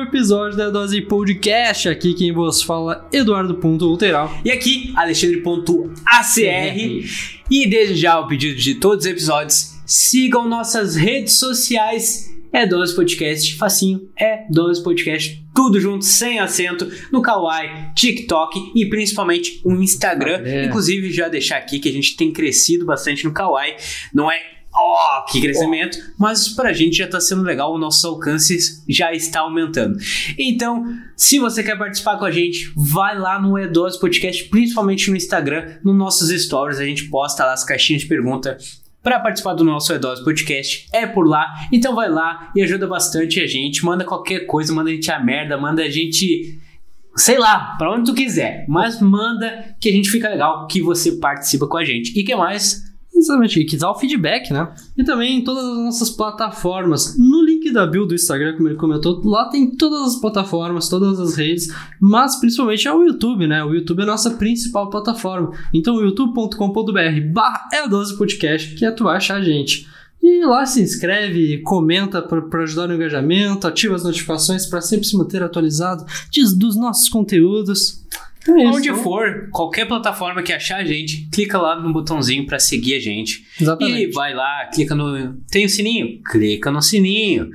episódio da Dose Podcast. Aqui quem vos fala, Eduardo.Outeral. E aqui, Alexandre.acr. E desde já o pedido de todos os episódios, sigam nossas redes sociais. É Dose Podcast, facinho, é Dose Podcast, tudo junto, sem acento, no Kawaii, TikTok e principalmente o Instagram. Inclusive, já deixar aqui que a gente tem crescido bastante no Kawaii, não é que crescimento, mas pra gente já tá sendo legal, o nosso alcance já está aumentando. Então, se você quer participar com a gente, vai lá no E12 Podcast, principalmente no Instagram, nos nossos stories, a gente posta lá as caixinhas de pergunta para participar do nosso E12 Podcast, é por lá. Então vai lá e ajuda bastante a gente, manda qualquer coisa, manda a gente a merda, manda a gente, sei lá, pra onde tu quiser, mas manda que a gente fica legal, que você participa com a gente. E que mais? Exatamente, e que dá o feedback, né? E também em todas as nossas plataformas. No link da bio do Instagram, como ele comentou, lá tem todas as plataformas, todas as redes, mas principalmente é o YouTube, né? O YouTube é a nossa principal plataforma. Então, youtube.com.br/E12 Podcast, que é tu vai achar a gente. E lá se inscreve, comenta para ajudar no engajamento, ativa as notificações para sempre se manter atualizado dos nossos conteúdos. Então é onde for, qualquer plataforma que achar a gente, clica lá no botãozinho pra seguir a gente. Exatamente. E vai lá, clica no... Tem o sininho? Clica no sininho.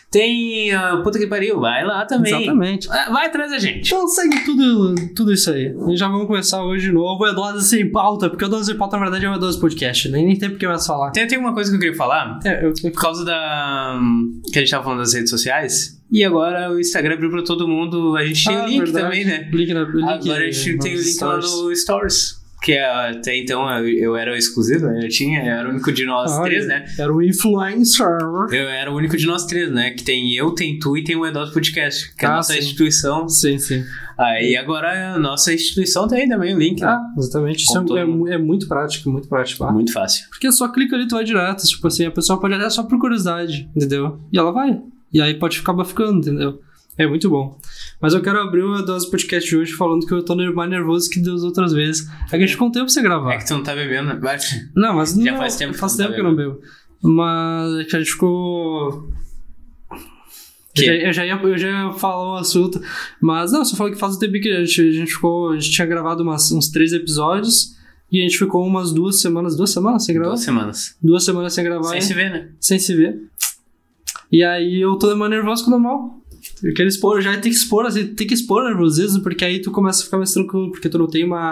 Tem puta que pariu, vai lá também. Exatamente. Vai atrás da gente. Então segue tudo isso aí. E já vamos começar hoje de novo o E12 Sem Pauta, porque o E12 Sem Pauta na verdade é o E12 Podcast, nem tem porque mais falar. Tem uma coisa que eu queria falar, por causa da... que a gente tava falando das redes sociais, e agora o Instagram abriu pra todo mundo, a gente tem o link também, né? Agora a gente tem o link lá no Stories. Que até então eu era o exclusivo, né? Eu era o único de nós três, né? Era o influencer. Eu era o único de nós três, né? Que tem eu, tem tu e tem o E12 Podcast, que é a nossa instituição. Sim. Aí agora a nossa instituição tem também o link, né? Exatamente. Isso é muito prático, muito prático. Muito fácil. Porque só clica ali e tu vai direto. Tipo assim, a pessoa pode até só por curiosidade, entendeu? E ela vai. E aí pode acabar ficando, entendeu? É muito bom. Mas eu quero abrir o E12 Podcast de hoje falando que eu tô mais nervoso que das outras vezes. É que a gente ficou um tempo sem gravar. É que tu não tá bebendo, né? Não, mas já faz tempo que eu não bebo. Mas é que a gente ficou... Eu já ia falar um assunto. Mas não, só falo que faz um tempo que a gente tinha gravado uns 3 episódios. E a gente ficou umas 2 semanas sem gravar? 2 semanas. 2 semanas sem gravar. Sem se ver, né? Sem se ver. E aí eu tô mais nervoso que o normal. Eu quero expor, já tem que expor o nervosismo, porque aí tu começa a ficar mais tranquilo, porque tu não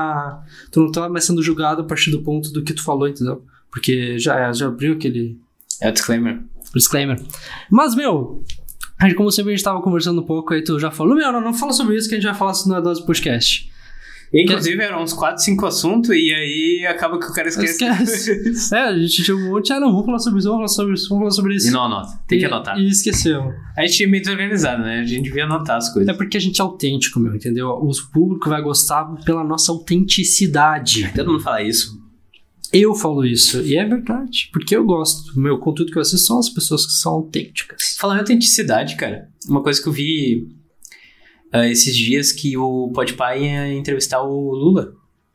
tá mais sendo julgado a partir do ponto do que tu falou, entendeu? Porque já abriu aquele... É o disclaimer. Mas, como sempre a gente tava conversando um pouco, aí tu já falou, não fala sobre isso que a gente vai falar no E12 Podcast. Inclusive, eram uns 4, 5 assuntos, e aí acaba que o cara esquece. A gente tinha um monte, vamos falar sobre isso. E não anota, tem que anotar. E esqueceu. A gente é meio desorganizado, né? A gente devia anotar as coisas. É porque a gente é autêntico, entendeu? O público vai gostar pela nossa autenticidade. Todo mundo fala isso. Eu falo isso, e é verdade, porque eu gosto. O meu conteúdo que eu assisto são as pessoas que são autênticas. Falando em autenticidade, cara, uma coisa que eu vi... esses dias que o Podpah ia entrevistar o Lula.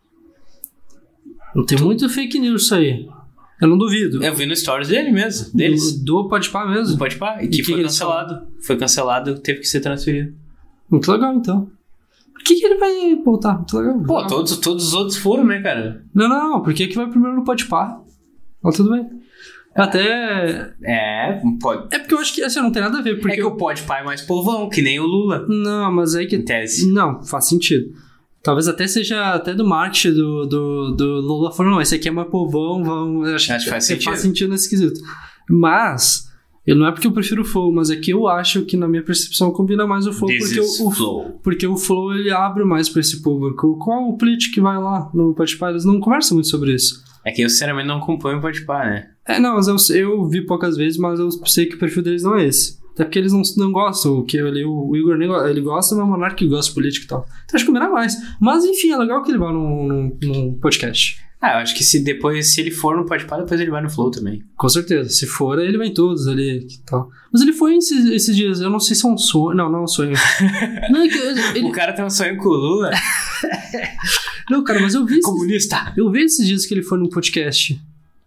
Não tem muito fake news isso aí. Eu não duvido. Eu vi no stories deles. Do Podpah mesmo? Do Podpah, e que foi cancelado. Foi cancelado, teve que ser transferido. Muito legal, então. Por que ele vai voltar? Muito legal. Pô, todos os outros foram, né, cara? Não. Por que vai primeiro no Podpah? Tudo bem. Até... pode. É porque eu acho que assim, não tem nada a ver. Porque é que o Podpah é mais povão, que nem o Lula. Não, mas aí que... Em tese. Não, faz sentido. Talvez até seja até do marketing do Lula falando, não, esse aqui é mais povão, acho que faz sentido. Faz sentido nesse quesito. Mas, não é porque eu prefiro o Flow, mas é que eu acho que na minha percepção combina mais o Flow. Porque o Flow ele abre mais pra esse público. Qual o político que vai lá no Podpah? Eles não conversam muito sobre isso. É que eu sinceramente não acompanho o Podpah, né? Não, mas eu vi poucas vezes, mas eu sei que o perfil deles não é esse. Até porque eles não gostam, o Igor ele gosta, mas o Monark gosta de política e tal. Então acho que combina mais. Mas enfim, é legal que ele vá num podcast. Eu acho que se ele for no Podpah, depois ele vai no Flow também. Com certeza. Se for, ele vai em todos ali e tal. Mas ele foi esses dias, eu não sei se é um sonho. Não é um sonho. Não, é que O cara tem um sonho com o Lula? Não, cara, mas eu vi... Comunista! Eu vi esses dias que ele foi num podcast.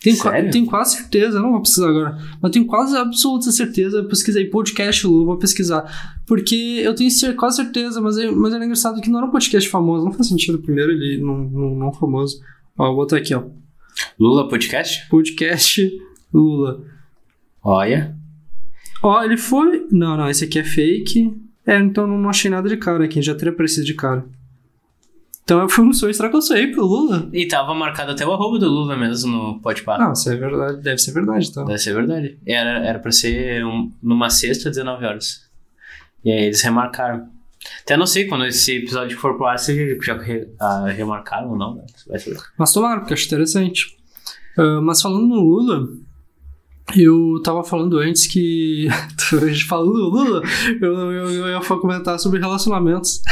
Tenho quase certeza, não vou pesquisar agora, mas tenho quase absoluta certeza. Eu pesquisei podcast Lula, vou pesquisar. Porque eu tenho quase certeza, mas era engraçado que não era um podcast famoso. Não faz sentido primeiro ele não famoso. Ó, eu vou botar aqui, ó. Lula Podcast? Podcast Lula. Olha. Ó, ele foi... Não, esse aqui é fake. Então não achei nada de cara aqui, já teria aparecido de cara. Então eu fui no sonho, será que eu sonhei pro Lula? E tava marcado até o arroba do Lula mesmo no Podpah. Não, isso é verdade, deve ser verdade, então. Deve ser verdade. Era pra ser numa sexta, 19 horas. E aí eles remarcaram. Até não sei quando esse episódio for pro ar, se já remarcaram ou não, né? Vai saber. Mas tomara, porque eu acho interessante. Mas falando no Lula, eu tava falando antes que... falando no Lula, eu ia comentar sobre relacionamentos.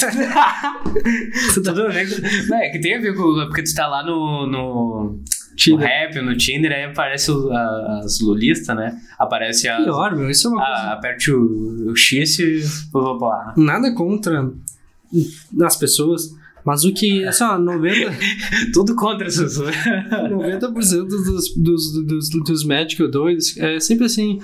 Tudo bem. Não, é que tem a ver com o Lula, porque tu tá lá no rap, no Tinder, aí aparece as lulistas, né? Aparece as... Pior, meu, isso é uma coisa... Aperte o X e... Nada contra as pessoas, mas o que... Assim, ó, 90... Tudo contra as pessoas. 90% dos médicos doidos é sempre assim...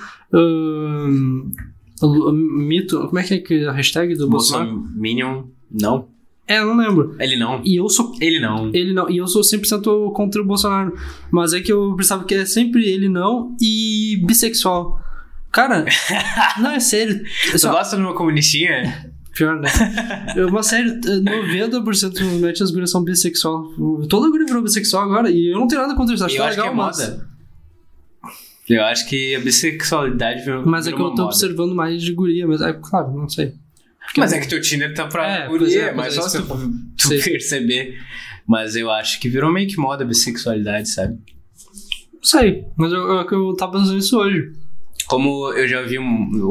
mito... Como é que é a hashtag do Bolsonaro? Minion, não. Eu não lembro. Ele não. E eu sou... Ele não. E eu sou 100% contra o Bolsonaro. Mas é que eu pensava que é sempre ele não e bissexual. Cara, não, é sério. Você gosta de uma comunistinha? Pior, né? Mas sério, 90% dos metes as gurias são bissexual. Toda guria virou bissexual agora. E eu não tenho nada contra isso. Eu acho legal, que é moda. Eu acho que a bissexualidade virou Mas é que eu tô moda. Observando mais de guria. Mas é claro, não sei. Mas é que teu Tinder tá pra guria, mas só se tu perceber. Mas eu acho que virou meio que moda a bissexualidade, sabe? Não sei, mas eu tava pensando isso hoje. Como eu já ouvi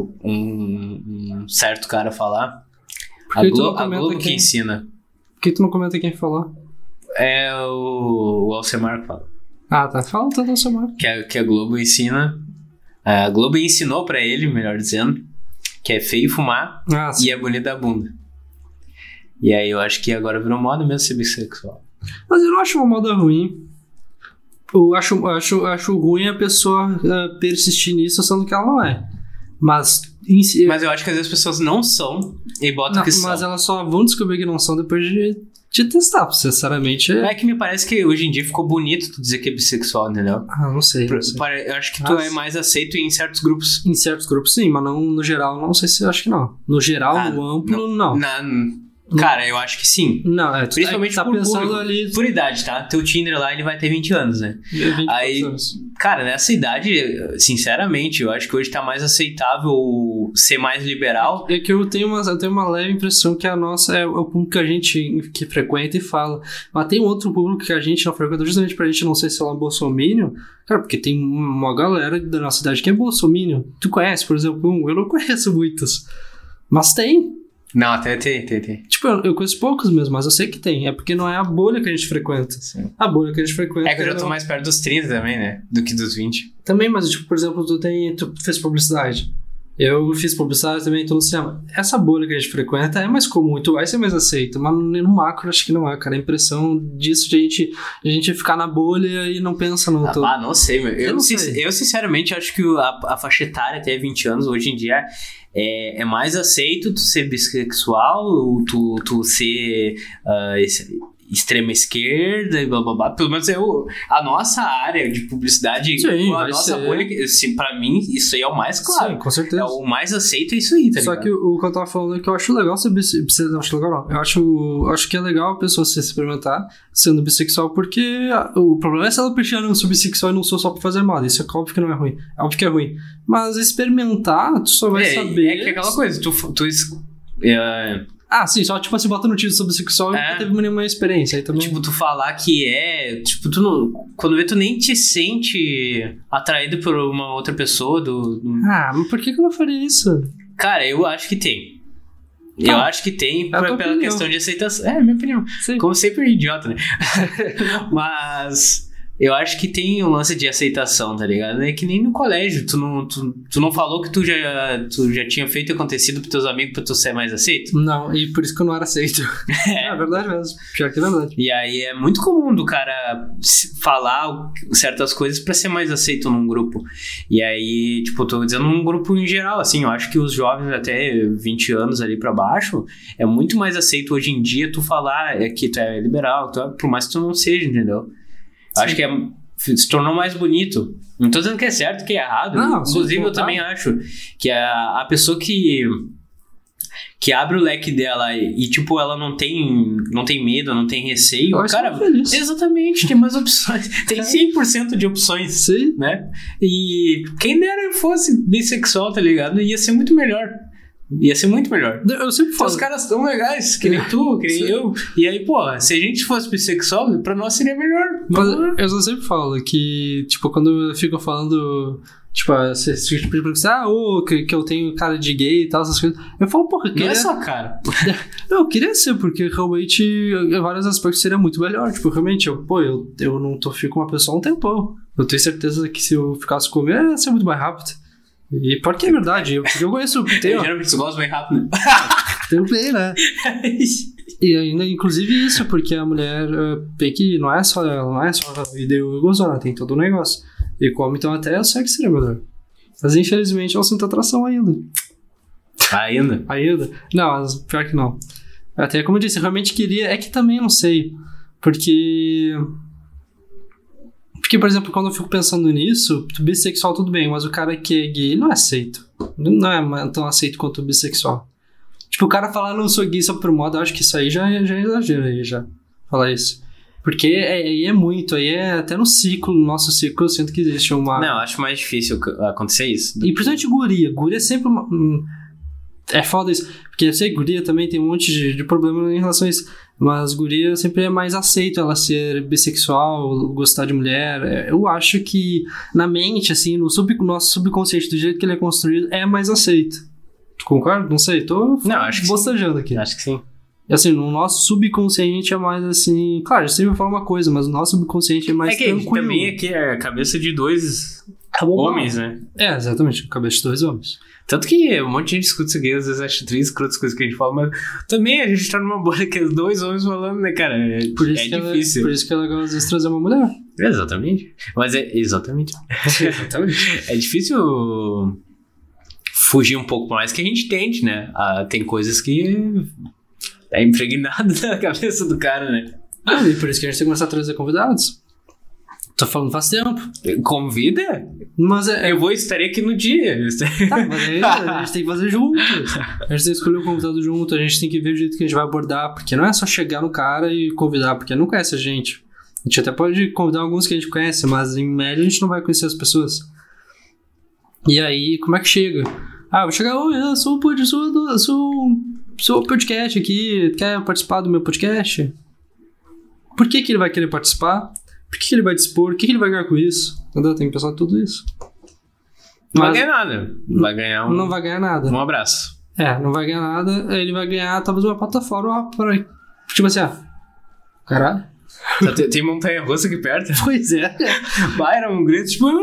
um certo cara falar, a Globo que ensina. Por que tu não comenta quem falou? É o Alcemar que fala. Ah, tá. Fala tanto Alcemar. Que a Globo ensina. A Globo ensinou pra ele, melhor dizendo, que é feio fumar e é bonito da bunda. E aí eu acho que agora virou moda mesmo ser bissexual. Mas eu não acho uma moda ruim. Eu acho ruim a pessoa persistir nisso sendo que ela não é. Mas eu acho que às vezes as pessoas não são e botam que são. Mas elas só vão descobrir que não são depois de testar, sinceramente. É que me parece que hoje em dia ficou bonito tu dizer que é bissexual, entendeu? Não sei. Eu acho que tu é mais aceito em certos grupos. Em certos grupos sim, mas não no geral, não sei se eu acho que não. No geral, no amplo, não. Cara, eu acho que sim. Não, principalmente tá pensando ali por idade, tá? Teu Tinder lá, ele vai ter 20 anos, né? 20 aí, anos. Cara, nessa idade, sinceramente, eu acho que hoje tá mais aceitável ser mais liberal. É que eu tenho uma leve impressão que a nossa é o público que a gente que frequenta e fala. Mas tem um outro público que a gente não frequenta justamente pra gente não ser, sei lá, bolsominion. Cara, porque tem uma galera da nossa idade que é bolsominion. Tu conhece, por exemplo, eu não conheço muitos. Mas tem. Não, até tem. Tipo, eu conheço poucos mesmo, mas eu sei que tem. É porque não é a bolha que a gente frequenta. Sim. A bolha que a gente frequenta... É que eu já tô mais perto dos 30 também, né? Do que dos 20. Também, mas tipo, por exemplo, tu fez publicidade. Eu fiz publicidade também, tô no cinema. Essa bolha que a gente frequenta é mais comum, tu vai ser mais aceito. Mas no macro, acho que não é, cara. A impressão disso de a gente ficar na bolha e não pensa no... não sei, meu. Eu sinceramente acho que a faixa etária até 20 anos, hoje em dia... É mais aceito tu ser bissexual, ou tu ser extrema esquerda e blá blá blá. Pelo menos a nossa área de publicidade, sim, a nossa bolha, assim, pra mim, isso aí é o mais claro. Sim, com certeza. É o mais aceito, é isso aí, tá ligado? Só que o que eu tava falando é que eu acho legal ser bissexual. Não acho legal, não. Eu acho que é legal a pessoa se experimentar sendo bissexual, porque o problema é se ela prefere não ser bissexual e não sou só pra fazer moda. Isso é óbvio que não é ruim. É óbvio que é ruim. Mas experimentar, tu só vai saber. É que é aquela coisa, sim, só tipo assim, bota no título sobre sexual e não teve nenhuma experiência. Aí também... Tipo, tu falar que tipo, tu não... Quando vê, tu nem te sente atraído por uma outra pessoa mas por que eu não faria isso? Cara, eu acho que tem. Eu acho que tem pela questão de aceitação. É, minha opinião. Sim. Como sempre, idiota, né? Mas... Eu acho que tem um lance de aceitação, tá ligado? É que nem no colégio, tu não falou que tu já tinha feito e acontecido pros teus amigos pra tu ser mais aceito? Não, e por isso que eu não era aceito. É verdade mesmo, pior que é verdade. E aí é muito comum do cara falar certas coisas pra ser mais aceito num grupo. E aí, tipo, tô dizendo num grupo em geral, assim, eu acho que os jovens até 20 anos ali pra baixo, é muito mais aceito hoje em dia tu falar que tu é liberal, por mais que tu não seja, entendeu? Sim. Acho que se tornou mais bonito. Não tô dizendo que é certo, que é errado. Não, inclusive, eu também acho que a pessoa que abre o leque dela e tipo, ela não tem medo, não tem receio. Cara, exatamente, tem mais opções. Tem 100% de opções. Sim. Né? E quem dera eu fosse bissexual, tá ligado? Ia ser muito melhor. Ia ser muito melhor. Eu sempre falo. Os caras tão legais, que nem tu, que nem eu. E aí, pô, se a gente fosse bissexual, pra nós seria melhor. Mas eu sempre falo que, tipo, quando eu fico falando, tipo, esse tipo de pergunta, que eu tenho cara de gay e tal, essas coisas. Eu falo, porra, eu queria... Não é só cara. Não, eu queria ser, porque realmente, em vários aspectos, seria muito melhor. Tipo, realmente, eu não fico com uma pessoa há um tempão. Eu tenho certeza que se eu ficasse com ele, ia ser muito mais rápido. E porque é verdade, porque eu conheço... Geralmente você gosta bem rápido, né? Também, né? E ainda, inclusive isso, porque a mulher tem que... Não é só ideia e gozar, tem todo o negócio. E como então até o sexo seria melhor. Mas infelizmente ela sente atração ainda. Ainda? Não, mas pior que não. Até como eu disse, eu realmente queria... É que também não sei. Porque, por exemplo, quando eu fico pensando nisso, bissexual tudo bem, mas o cara que é gay não é aceito. Não é tão aceito quanto o bissexual. Tipo, o cara falar não sou gay só por moda, eu acho que isso aí já é exagero aí, já. Falar isso. Porque aí é muito, aí é até no nosso ciclo, eu sinto que existe uma... Não, eu acho mais difícil acontecer isso. E principalmente guria é sempre uma... É foda isso, porque eu sei que guria também tem um monte de problema em relação a isso, mas guria sempre é mais aceito ela ser bissexual, gostar de mulher. Eu acho que na mente, assim, no nosso subconsciente, do jeito que ele é construído, é mais aceito. Tu concorda? Não sei, acho que bocejando aqui. Acho que sim. E assim, no nosso subconsciente é mais assim... Claro, a gente sempre fala uma coisa, mas o nosso subconsciente é mais tranquilo. Também aqui é a cabeça de dois homens, né? É, exatamente, a cabeça de dois homens. Tanto que um monte de gente escuta isso aqui, às vezes acha triste, escuta as coisas que a gente fala, mas também a gente tá numa bolha que é dois homens falando, né, cara? É difícil. Por isso que é legal às vezes trazer uma mulher. Exatamente. Mas exatamente. É difícil fugir um pouco mais, que a gente tende, né? Tem coisas que é impregnado na cabeça do cara, né? E por isso que a gente tem que começar a trazer convidados. Tô falando faz tempo. Convida? Mas eu estaria aqui no dia. Tá, mas aí a gente tem que fazer junto. A gente tem que escolher o convidado junto. A gente tem que ver o jeito que a gente vai abordar. Porque não é só chegar no cara e convidar, porque não conhece a gente. A gente até pode convidar alguns que a gente conhece, mas em média a gente não vai conhecer as pessoas. E aí, como é que chega? Eu vou chegar, eu sou o podcast aqui, quer participar do meu podcast? Por que ele vai querer participar? Por que ele vai dispor? O que ele vai ganhar com isso? Entendeu? Tem que pensar tudo isso. Não vai ganhar nada. Não vai ganhar nada. Um abraço. Não vai ganhar nada. Ele vai ganhar talvez uma plataforma para... Tipo assim, caralho. Tem montanha-russa aqui perto? Pois é. Era um grito, tipo...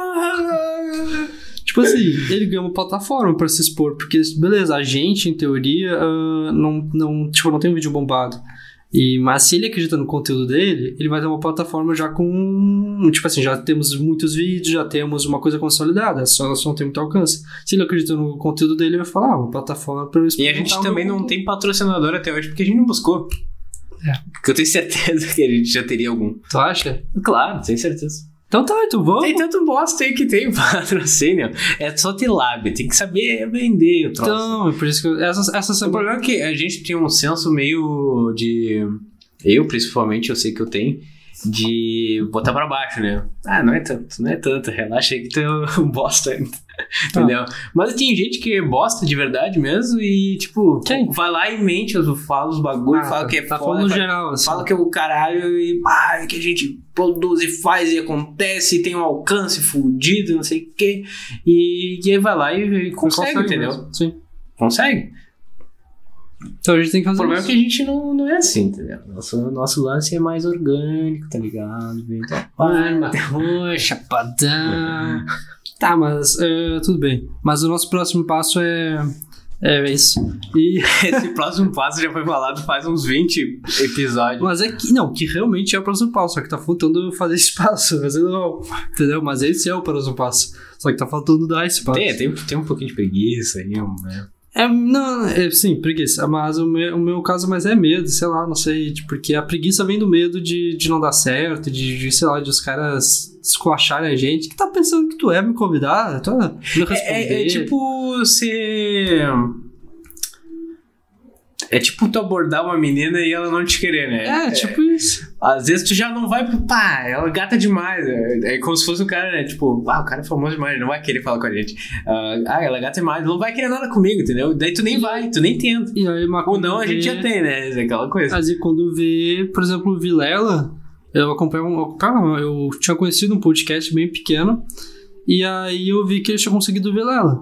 Tipo assim, ele ganha uma plataforma pra se expor, porque, beleza, a gente, em teoria, não tem um vídeo bombado. Mas se ele acredita no conteúdo dele, ele vai ter uma plataforma já com... Tipo assim, já temos muitos vídeos, já temos uma coisa consolidada, só não tem muito alcance. Se ele acredita no conteúdo dele, ele vai falar, uma plataforma pra eu expor. E a gente também não tem patrocinador até hoje, porque a gente não buscou. Porque eu tenho certeza que a gente já teria algum. Tu acha? Claro, tenho certeza. Então tá, vamos. Tem tanto bosta aí que tem patrocínio. É só ter lábio, tem que saber vender o troço. Então, é por isso que o problema é que a gente tem um senso meio de... Eu, principalmente, eu sei que eu tenho, de botar pra baixo, né? Não é tanto, relaxa aí que tu é um bosta ainda. Entendeu? Mas tem gente que bosta de verdade mesmo e, tipo, vai lá e mente, fala os bagulhos, fala que é foda. Falando no geral, assim. Fala que é o caralho e que a gente produz e faz e acontece e tem um alcance fudido, não sei o quê. E aí vai lá e consegue, entendeu? Mesmo. Sim. Consegue. Então a gente tem que fazer isso. O problema isso. É que a gente não é assim, entendeu? Nosso lance é mais orgânico, tá ligado? Chapadão. Tá, mas tudo bem. Mas o nosso próximo passo é isso. E esse próximo passo já foi falado faz uns 20 episódios. Mas que realmente é o próximo passo. Só que tá faltando fazer esse passo. Entendeu? Mas esse é o próximo passo. Só que tá faltando dar esse passo. Tem um pouquinho de preguiça aí, né? Sim, preguiça. Mas o meu caso mais é medo, sei lá, não sei. Porque a preguiça vem do medo de não dar certo, de sei lá, de os caras esculacharem a gente. Que tá pensando que tu é me convidar? Tu não responder. É tipo ser... É tipo tu abordar uma menina e ela não te querer, né? Tipo isso. Às vezes tu já não vai pro ela gata demais. É como se fosse um cara, né? Tipo, o cara é famoso demais, não vai querer falar com a gente. Ela é gata demais, não vai querer nada comigo, entendeu? Daí tu nem vai, tu nem tenta. E aí, ou não, a gente já tem, né? É aquela coisa. Mas e quando vê, por exemplo, o Vilela, eu tinha conhecido um podcast bem pequeno, e aí eu vi que ele tinha conseguido o Vilela.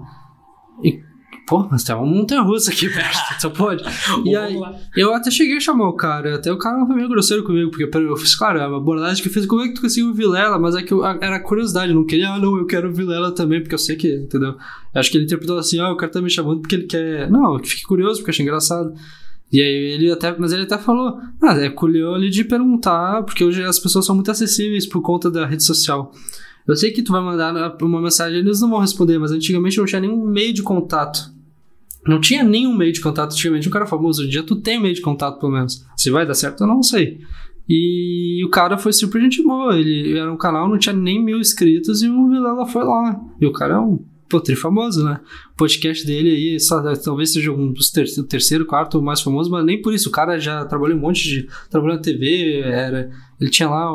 Mas tem uma montanha-russa aqui perto, só pode. E aí, eu até cheguei a chamar o cara, até o cara não foi meio grosseiro comigo, porque eu fiz, claro, a abordagem que eu fiz, como é que tu conseguiu o Vilela? Mas é que era curiosidade, eu não queria, eu quero o Vilela também, porque eu sei que, entendeu? Eu acho que ele interpretou assim, o cara tá me chamando porque ele quer... Não, eu fiquei curioso, porque eu achei engraçado. E aí ele até falou, é culhão ali de perguntar, porque hoje as pessoas são muito acessíveis por conta da rede social. Eu sei que tu vai mandar uma mensagem, eles não vão responder, mas antigamente não tinha nenhum meio de contato. Não tinha nenhum meio de contato antigamente. Um cara famoso, hoje em dia tu tem meio de contato pelo menos. Se vai dar certo, eu não sei. E o cara foi super gente boa. Ele era um canal, não tinha nem 1000 inscritos e o Vilela foi lá. E o cara é um famoso, né? O podcast dele aí, talvez seja um dos terceiro, quarto mais famoso, mas nem por isso. O cara já trabalhou trabalhou na TV, ele tinha lá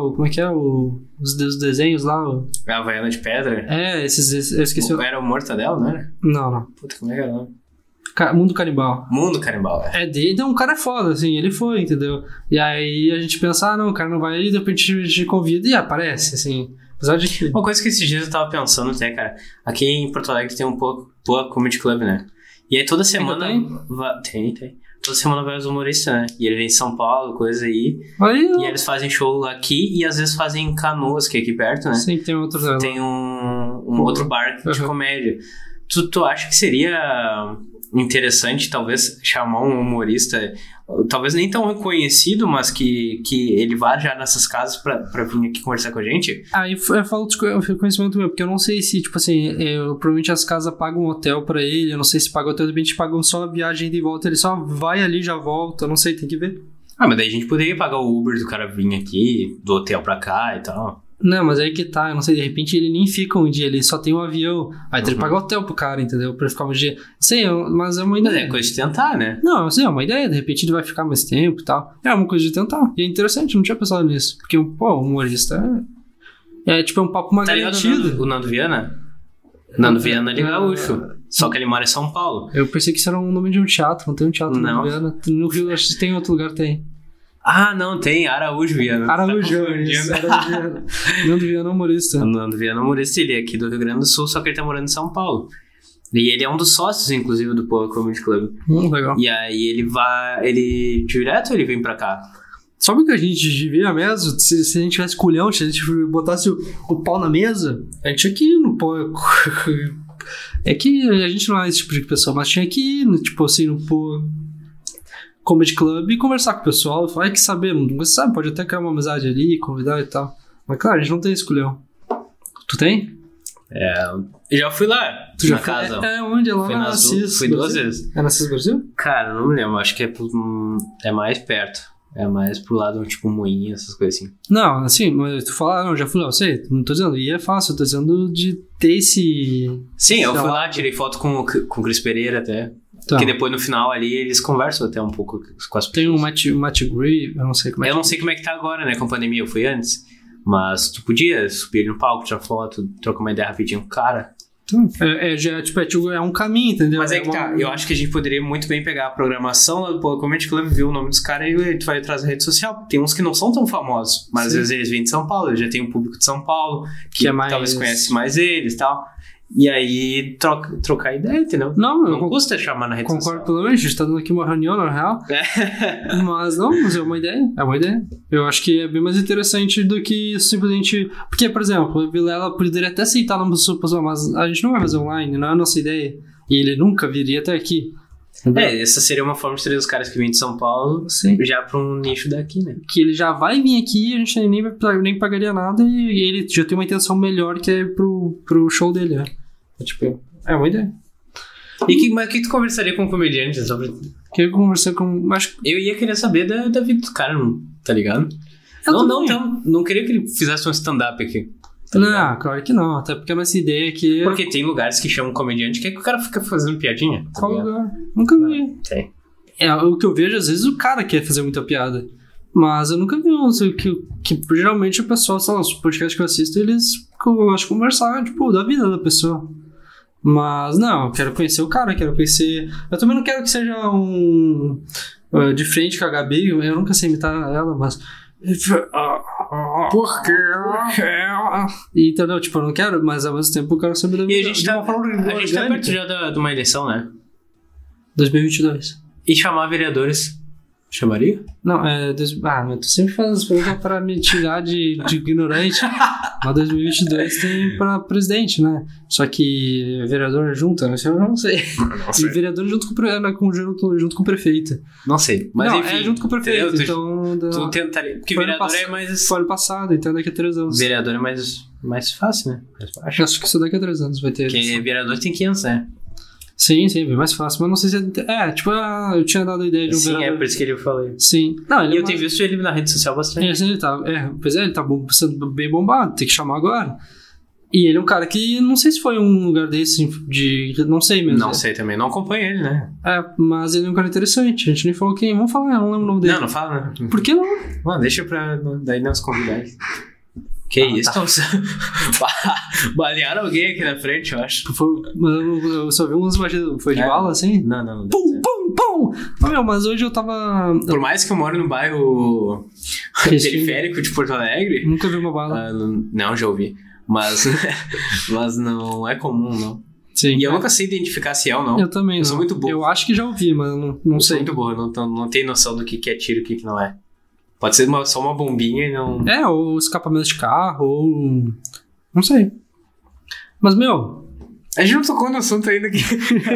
os desenhos lá. A Havaiana de Pedra? Eu esqueci. Era o Mortadelo, não era? Não. Puta, como é que era o nome? Mundo Canibal. Mundo Canibal, dele. Então o cara é foda, assim, ele foi, entendeu? E aí a gente pensa, o cara não vai, e de repente a gente convida e aparece, assim. Apesar de que... Uma coisa que esses dias eu tava pensando até, cara, aqui em Porto Alegre tem um Poa Comedy Club, né? E aí toda semana... Tem. Toda semana vai os humoristas, né? E ele vem em São Paulo, coisa aí. E eles fazem show aqui e às vezes fazem em Canoas, que é aqui perto, né? Sim, tem outro... Tem um outro bar de comédia. Tu acha que seria interessante, talvez, chamar um humorista, talvez nem tão reconhecido, mas que ele vá já nessas casas pra vir aqui conversar com a gente? Aí eu falo de conhecimento meu, porque eu não sei se, tipo assim, provavelmente as casas pagam um hotel pra ele, eu não sei se pagam hotel, de repente pagam só a viagem de volta, ele só vai ali e já volta, eu não sei, tem que ver. Mas daí a gente poderia pagar o Uber do cara vir aqui, do hotel pra cá e tal. Não, mas aí que tá, eu não sei, de repente ele nem fica um dia, ele só tem um avião, aí tem que pagar hotel pro cara, entendeu? Pra ficar um dia. Sei, mas é uma ideia. Mas é coisa de tentar, né? Não, assim, é uma ideia, de repente ele vai ficar mais tempo e tal. É uma coisa de tentar. E é interessante, não tinha pensado nisso. Porque, o humorista é tipo um papo mais garantido. O Nando Viana? Nando Viana de gaúcho. Só que ele mora em São Paulo. Eu pensei que isso era um nome de um teatro, não tem um teatro Nando Viana. No Rio, acho que tem em outro lugar, tem. Não, tem Araújo Viana. Araújo Viana. Nando Viana é humorista. Nando Viana é humorista, ele é aqui do Rio Grande do Sul, só que ele tá morando em São Paulo. E ele é um dos sócios, inclusive, do Poa Comedy Club. Legal. E aí direto ele vem pra cá. Sabe o que a gente devia mesmo? Se a gente tivesse culhão, se a gente botasse o pau na mesa, a gente tinha que ir no Poa... É que a gente não é esse tipo de pessoa, mas tinha que ir, tipo assim, no Poa Comedy Club e conversar com o pessoal. Falar, que saber, nunca sabe, pode até criar uma amizade ali, convidar e tal. Mas claro, a gente não tem esse culhão. Tu tem? Já fui lá. Tu já casa? Onde? É lá na CIS. Fui 2 vezes. É na CIS Brasil? Cara, não me lembro, acho que é mais perto. É mais pro lado, tipo, Moinho, essas coisas assim. Não, assim, mas tu fala, não, já fui lá, eu sei, não tô dizendo, e é fácil, eu tô dizendo de ter esse... Sim, eu fui lá, tirei foto com o Cris Pereira até. Tá. Que depois no final ali eles conversam até um pouco com as pessoas. Tem o Matt Gray, eu não sei como é que... Eu não sei como é que tá agora, né, com a pandemia, eu fui antes. Mas tu podia subir no palco, tirar foto, trocar uma ideia rapidinho com o cara. É um caminho, entendeu? Mas eu acho que a gente poderia muito bem pegar a programação lá do Poa Comedy Club, ver o nome dos caras e tu vai atrás da rede social. Tem uns que não são tão famosos, mas às vezes eles vêm de São Paulo, já tem um público de São Paulo, que é mais... talvez conhece mais eles e tal. E aí trocar ideia, entendeu? Não custa chamar na rede social. Concordo pelo menos, a gente tá dando aqui uma reunião, na real. Mas é uma ideia. Eu acho que é bem mais interessante do que simplesmente... Porque, por exemplo, o Vilela poderia até aceitar uma pessoa, mas a gente não vai fazer online, não é a nossa ideia. E ele nunca viria até aqui. Essa seria uma forma de trazer os caras que vêm de São Paulo já pra um nicho daqui, né? Que ele já vai vir aqui, a gente nem pagaria nada e ele já tem uma intenção melhor que é pro show dele, né? É uma ideia. Mas o que tu conversaria com um comediante sobre... Que eu conversei com... Eu ia querer saber da vida do cara, tá ligado? Não queria que ele fizesse um stand-up aqui. Não, claro que não. Até porque a nossa ideia aqui... Porque tem lugares que chamam comediante que o cara fica fazendo piadinha. Qual lugar? Nunca vi. Tem. O que eu vejo, às vezes, o cara quer fazer muita piada. Mas eu nunca vi que geralmente o pessoal, sei lá, os podcasts que eu assisto, eles gostam de conversar, da vida da pessoa. Mas, não, eu quero conhecer o cara, quero conhecer... Eu também não quero que seja de frente com a Gabi, eu nunca sei imitar ela, mas... Por quê? Entendeu? Eu não quero, mas ao mesmo tempo eu quero saber da vida. E a gente tá perto já de uma eleição, né? 2022. E chamar vereadores. Chamaria? Não, mas tu sempre faz as perguntas pra me tirar de ignorante. Mas 2022 tem pra presidente, né? Só que vereador junto, né? Eu não sei. E vereador junto com o prefeito. Não sei. Mas enfim. É junto com o prefeito, Tu tentaria. Porque vereador é mais... Foi ano passado, então daqui a 3 anos. Vereador é mais fácil, né? Acho que isso daqui a 3 anos vai ter. Porque vereador tem 500, né? Sim, bem mais fácil, mas não sei se... eu tinha dado a ideia de um vereador. Sim, é por isso que ele falei. Sim. Eu tenho visto ele na rede social bastante. Ele tá sendo bem bombado, tem que chamar agora. E ele é um cara que, não sei se foi um lugar desse não sei mesmo. Não sei também, não acompanho ele, né? Mas ele é um cara interessante, a gente nem falou quem, vamos falar, eu não lembro o nome dele. Não fala, né? Por que não? Mano, deixa daí nós convidados. Que isso? Tá. Balearam alguém aqui na frente, eu acho. Eu só vi umas batidas. Foi de bala, assim? Não. Pum, pum, pum! Mas hoje eu tava... Por mais que eu moro no bairro periférico de Porto Alegre... Nunca vi uma bala. Não, já ouvi. Mas não é comum, não. Sim. E eu nunca sei identificar se é ou não. Eu também não. Sou muito burro. Eu acho que já ouvi, mas não sei. Sou muito burro, não tenho noção do que é tiro e o que não é. Pode ser só uma bombinha e não... ou escapamento de carro, ou... Não sei. Mas, a gente não tocou no assunto ainda aqui.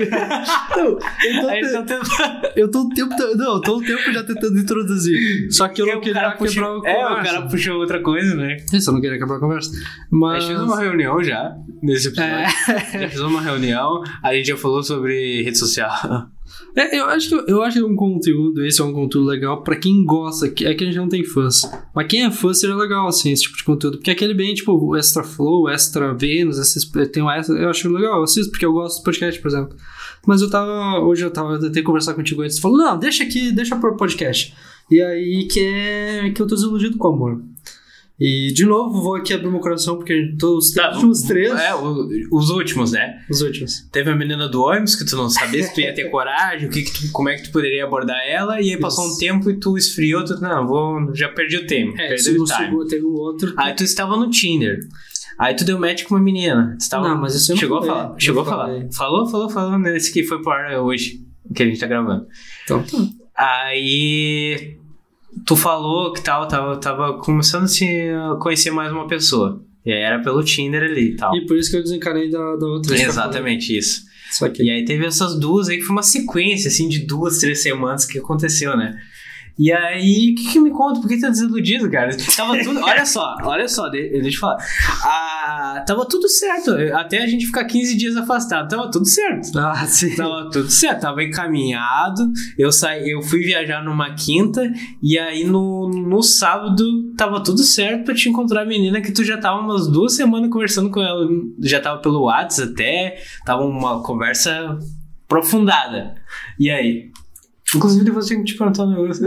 Eu tô o tempo já tentando introduzir. Só que eu não queria quebrar a conversa. O cara puxou outra coisa, né? Isso, eu não queria quebrar a conversa. Mas... A gente fez uma reunião já, nesse episódio. Já fizemos uma reunião, a gente já falou sobre rede social. Eu acho que é um conteúdo, esse é um conteúdo legal pra quem gosta, é que a gente não tem fãs. Mas quem é fã seria legal, assim, esse tipo de conteúdo. Porque aquele bem, o Extra Flow, Extra Vênus, tem um extra, eu acho legal, eu assisto, porque eu gosto do podcast, por exemplo. Mas hoje eu tentei conversar contigo antes, tu falou, não, deixa pro podcast. E aí que eu tô desiludido com o amor. E, de novo, vou aqui abrir meu coração, porque os últimos 3... os últimos, né? Os últimos. Teve a menina do ônibus, que tu não sabia se tu ia ter coragem, como é que tu poderia abordar ela, e aí passou um tempo e tu esfriou, já perdi o tempo. Teve um outro... Aí tu estava no Tinder. Aí tu deu match com uma menina. Não, mas isso eu Chegou a falar. Chegou a falar. Falou nesse que foi pro ar hoje, que a gente tá gravando. Então tá. Aí... Tu falou que tava começando a conhecer mais uma pessoa. E aí era pelo Tinder ali e tal. E por isso que eu desencanei da outra. Exatamente isso. E aí teve essas duas aí que foi uma sequência assim de 2, 3 semanas que aconteceu, né? E aí, o que me conta? Por que tá desiludido, cara? Tava tudo... Olha só, deixa eu falar. Tava tudo certo. Até a gente ficar 15 dias afastado. Tava tudo certo. Sim. Tava tudo certo. Tava encaminhado. Eu fui viajar numa quinta. E aí, no sábado, tava tudo certo pra te encontrar a menina que tu já tava umas 2 semanas conversando com ela. Já tava pelo WhatsApp até. Tava uma conversa aprofundada. E aí... Inclusive, depois eu tenho que te perguntar um negócio.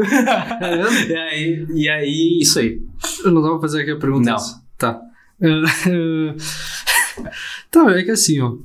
E aí, isso aí. Eu não dava pra fazer aqui a pergunta. Não. Tá. Tá, é que assim, ó.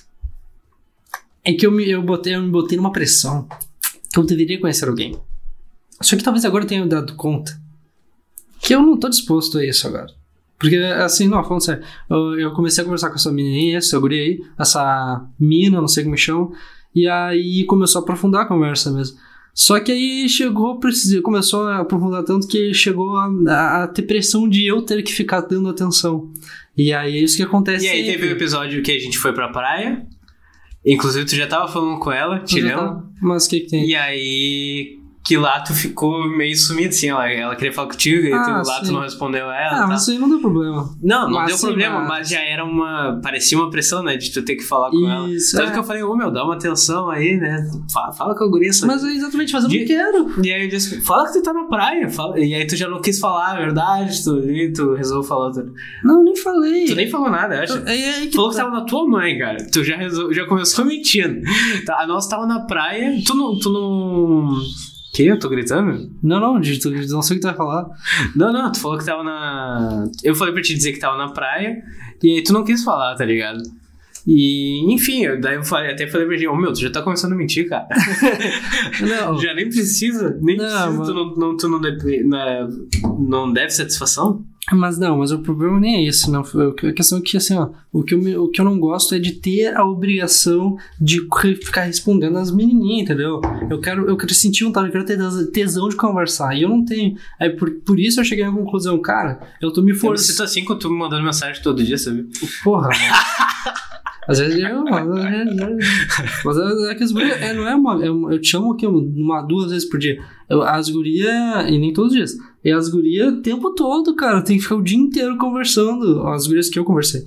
É que eu me botei numa pressão que eu deveria conhecer alguém. Só que talvez agora eu tenha dado conta que eu não tô disposto a isso agora. Porque, assim, não, falando sério, eu comecei a conversar com essa menininha, essa guria aí, essa mina, não sei como chama, e aí começou a aprofundar a conversa mesmo. Só que aí começou a aprofundar tanto que chegou a ter pressão de eu ter que ficar dando atenção. E aí é isso que acontece. E aí teve um episódio que a gente foi pra praia, inclusive tu já tava falando com ela, te lembra? Mas o que tem? E aí... que lá tu ficou meio sumido, assim, ela queria falar contigo e lá tu não respondeu ela. Mas isso aí não deu problema. Não deu problema, mas já era parecia uma pressão, né, de tu ter que falar com ela. Tanto que eu falei, dá uma atenção aí, né, fala com a guria. Mas é exatamente, mas eu não quero. E aí eu disse, fala que tu tá na praia, e aí tu já não quis falar a verdade, tu resolveu falar tudo. Não, nem falei. Tu nem falou nada, eu acho. Falou que tava na tua mãe, cara, tu já começou mentindo. A nossa tava na praia, tu não... Que? Eu tô gritando? Não sei o que tu vai falar. Não, tu falou que tava na... Eu falei pra te dizer que tava na praia, e aí tu não quis falar, tá ligado? E, enfim, daí eu até falei pra ti, tu já tá começando a mentir, cara. Não. Já nem precisa, tu não deve satisfação? Mas o problema nem é esse, não. A questão é que, assim, ó, o que eu não gosto é de ter a obrigação de ficar respondendo as menininhas, entendeu? Eu quero sentir eu quero ter tesão de conversar, e eu não tenho. Aí, por isso eu cheguei à conclusão, cara, eu tô me forçando. Eu sinto assim quando tu me mandando mensagem todo dia, sabe? Porra, às vezes mas é que as gurias não é eu te chamo aqui 2 vezes por dia. As gurias, e nem todos os dias, e as gurias o tempo todo, cara, tem que ficar o dia inteiro conversando, as gurias que eu conversei.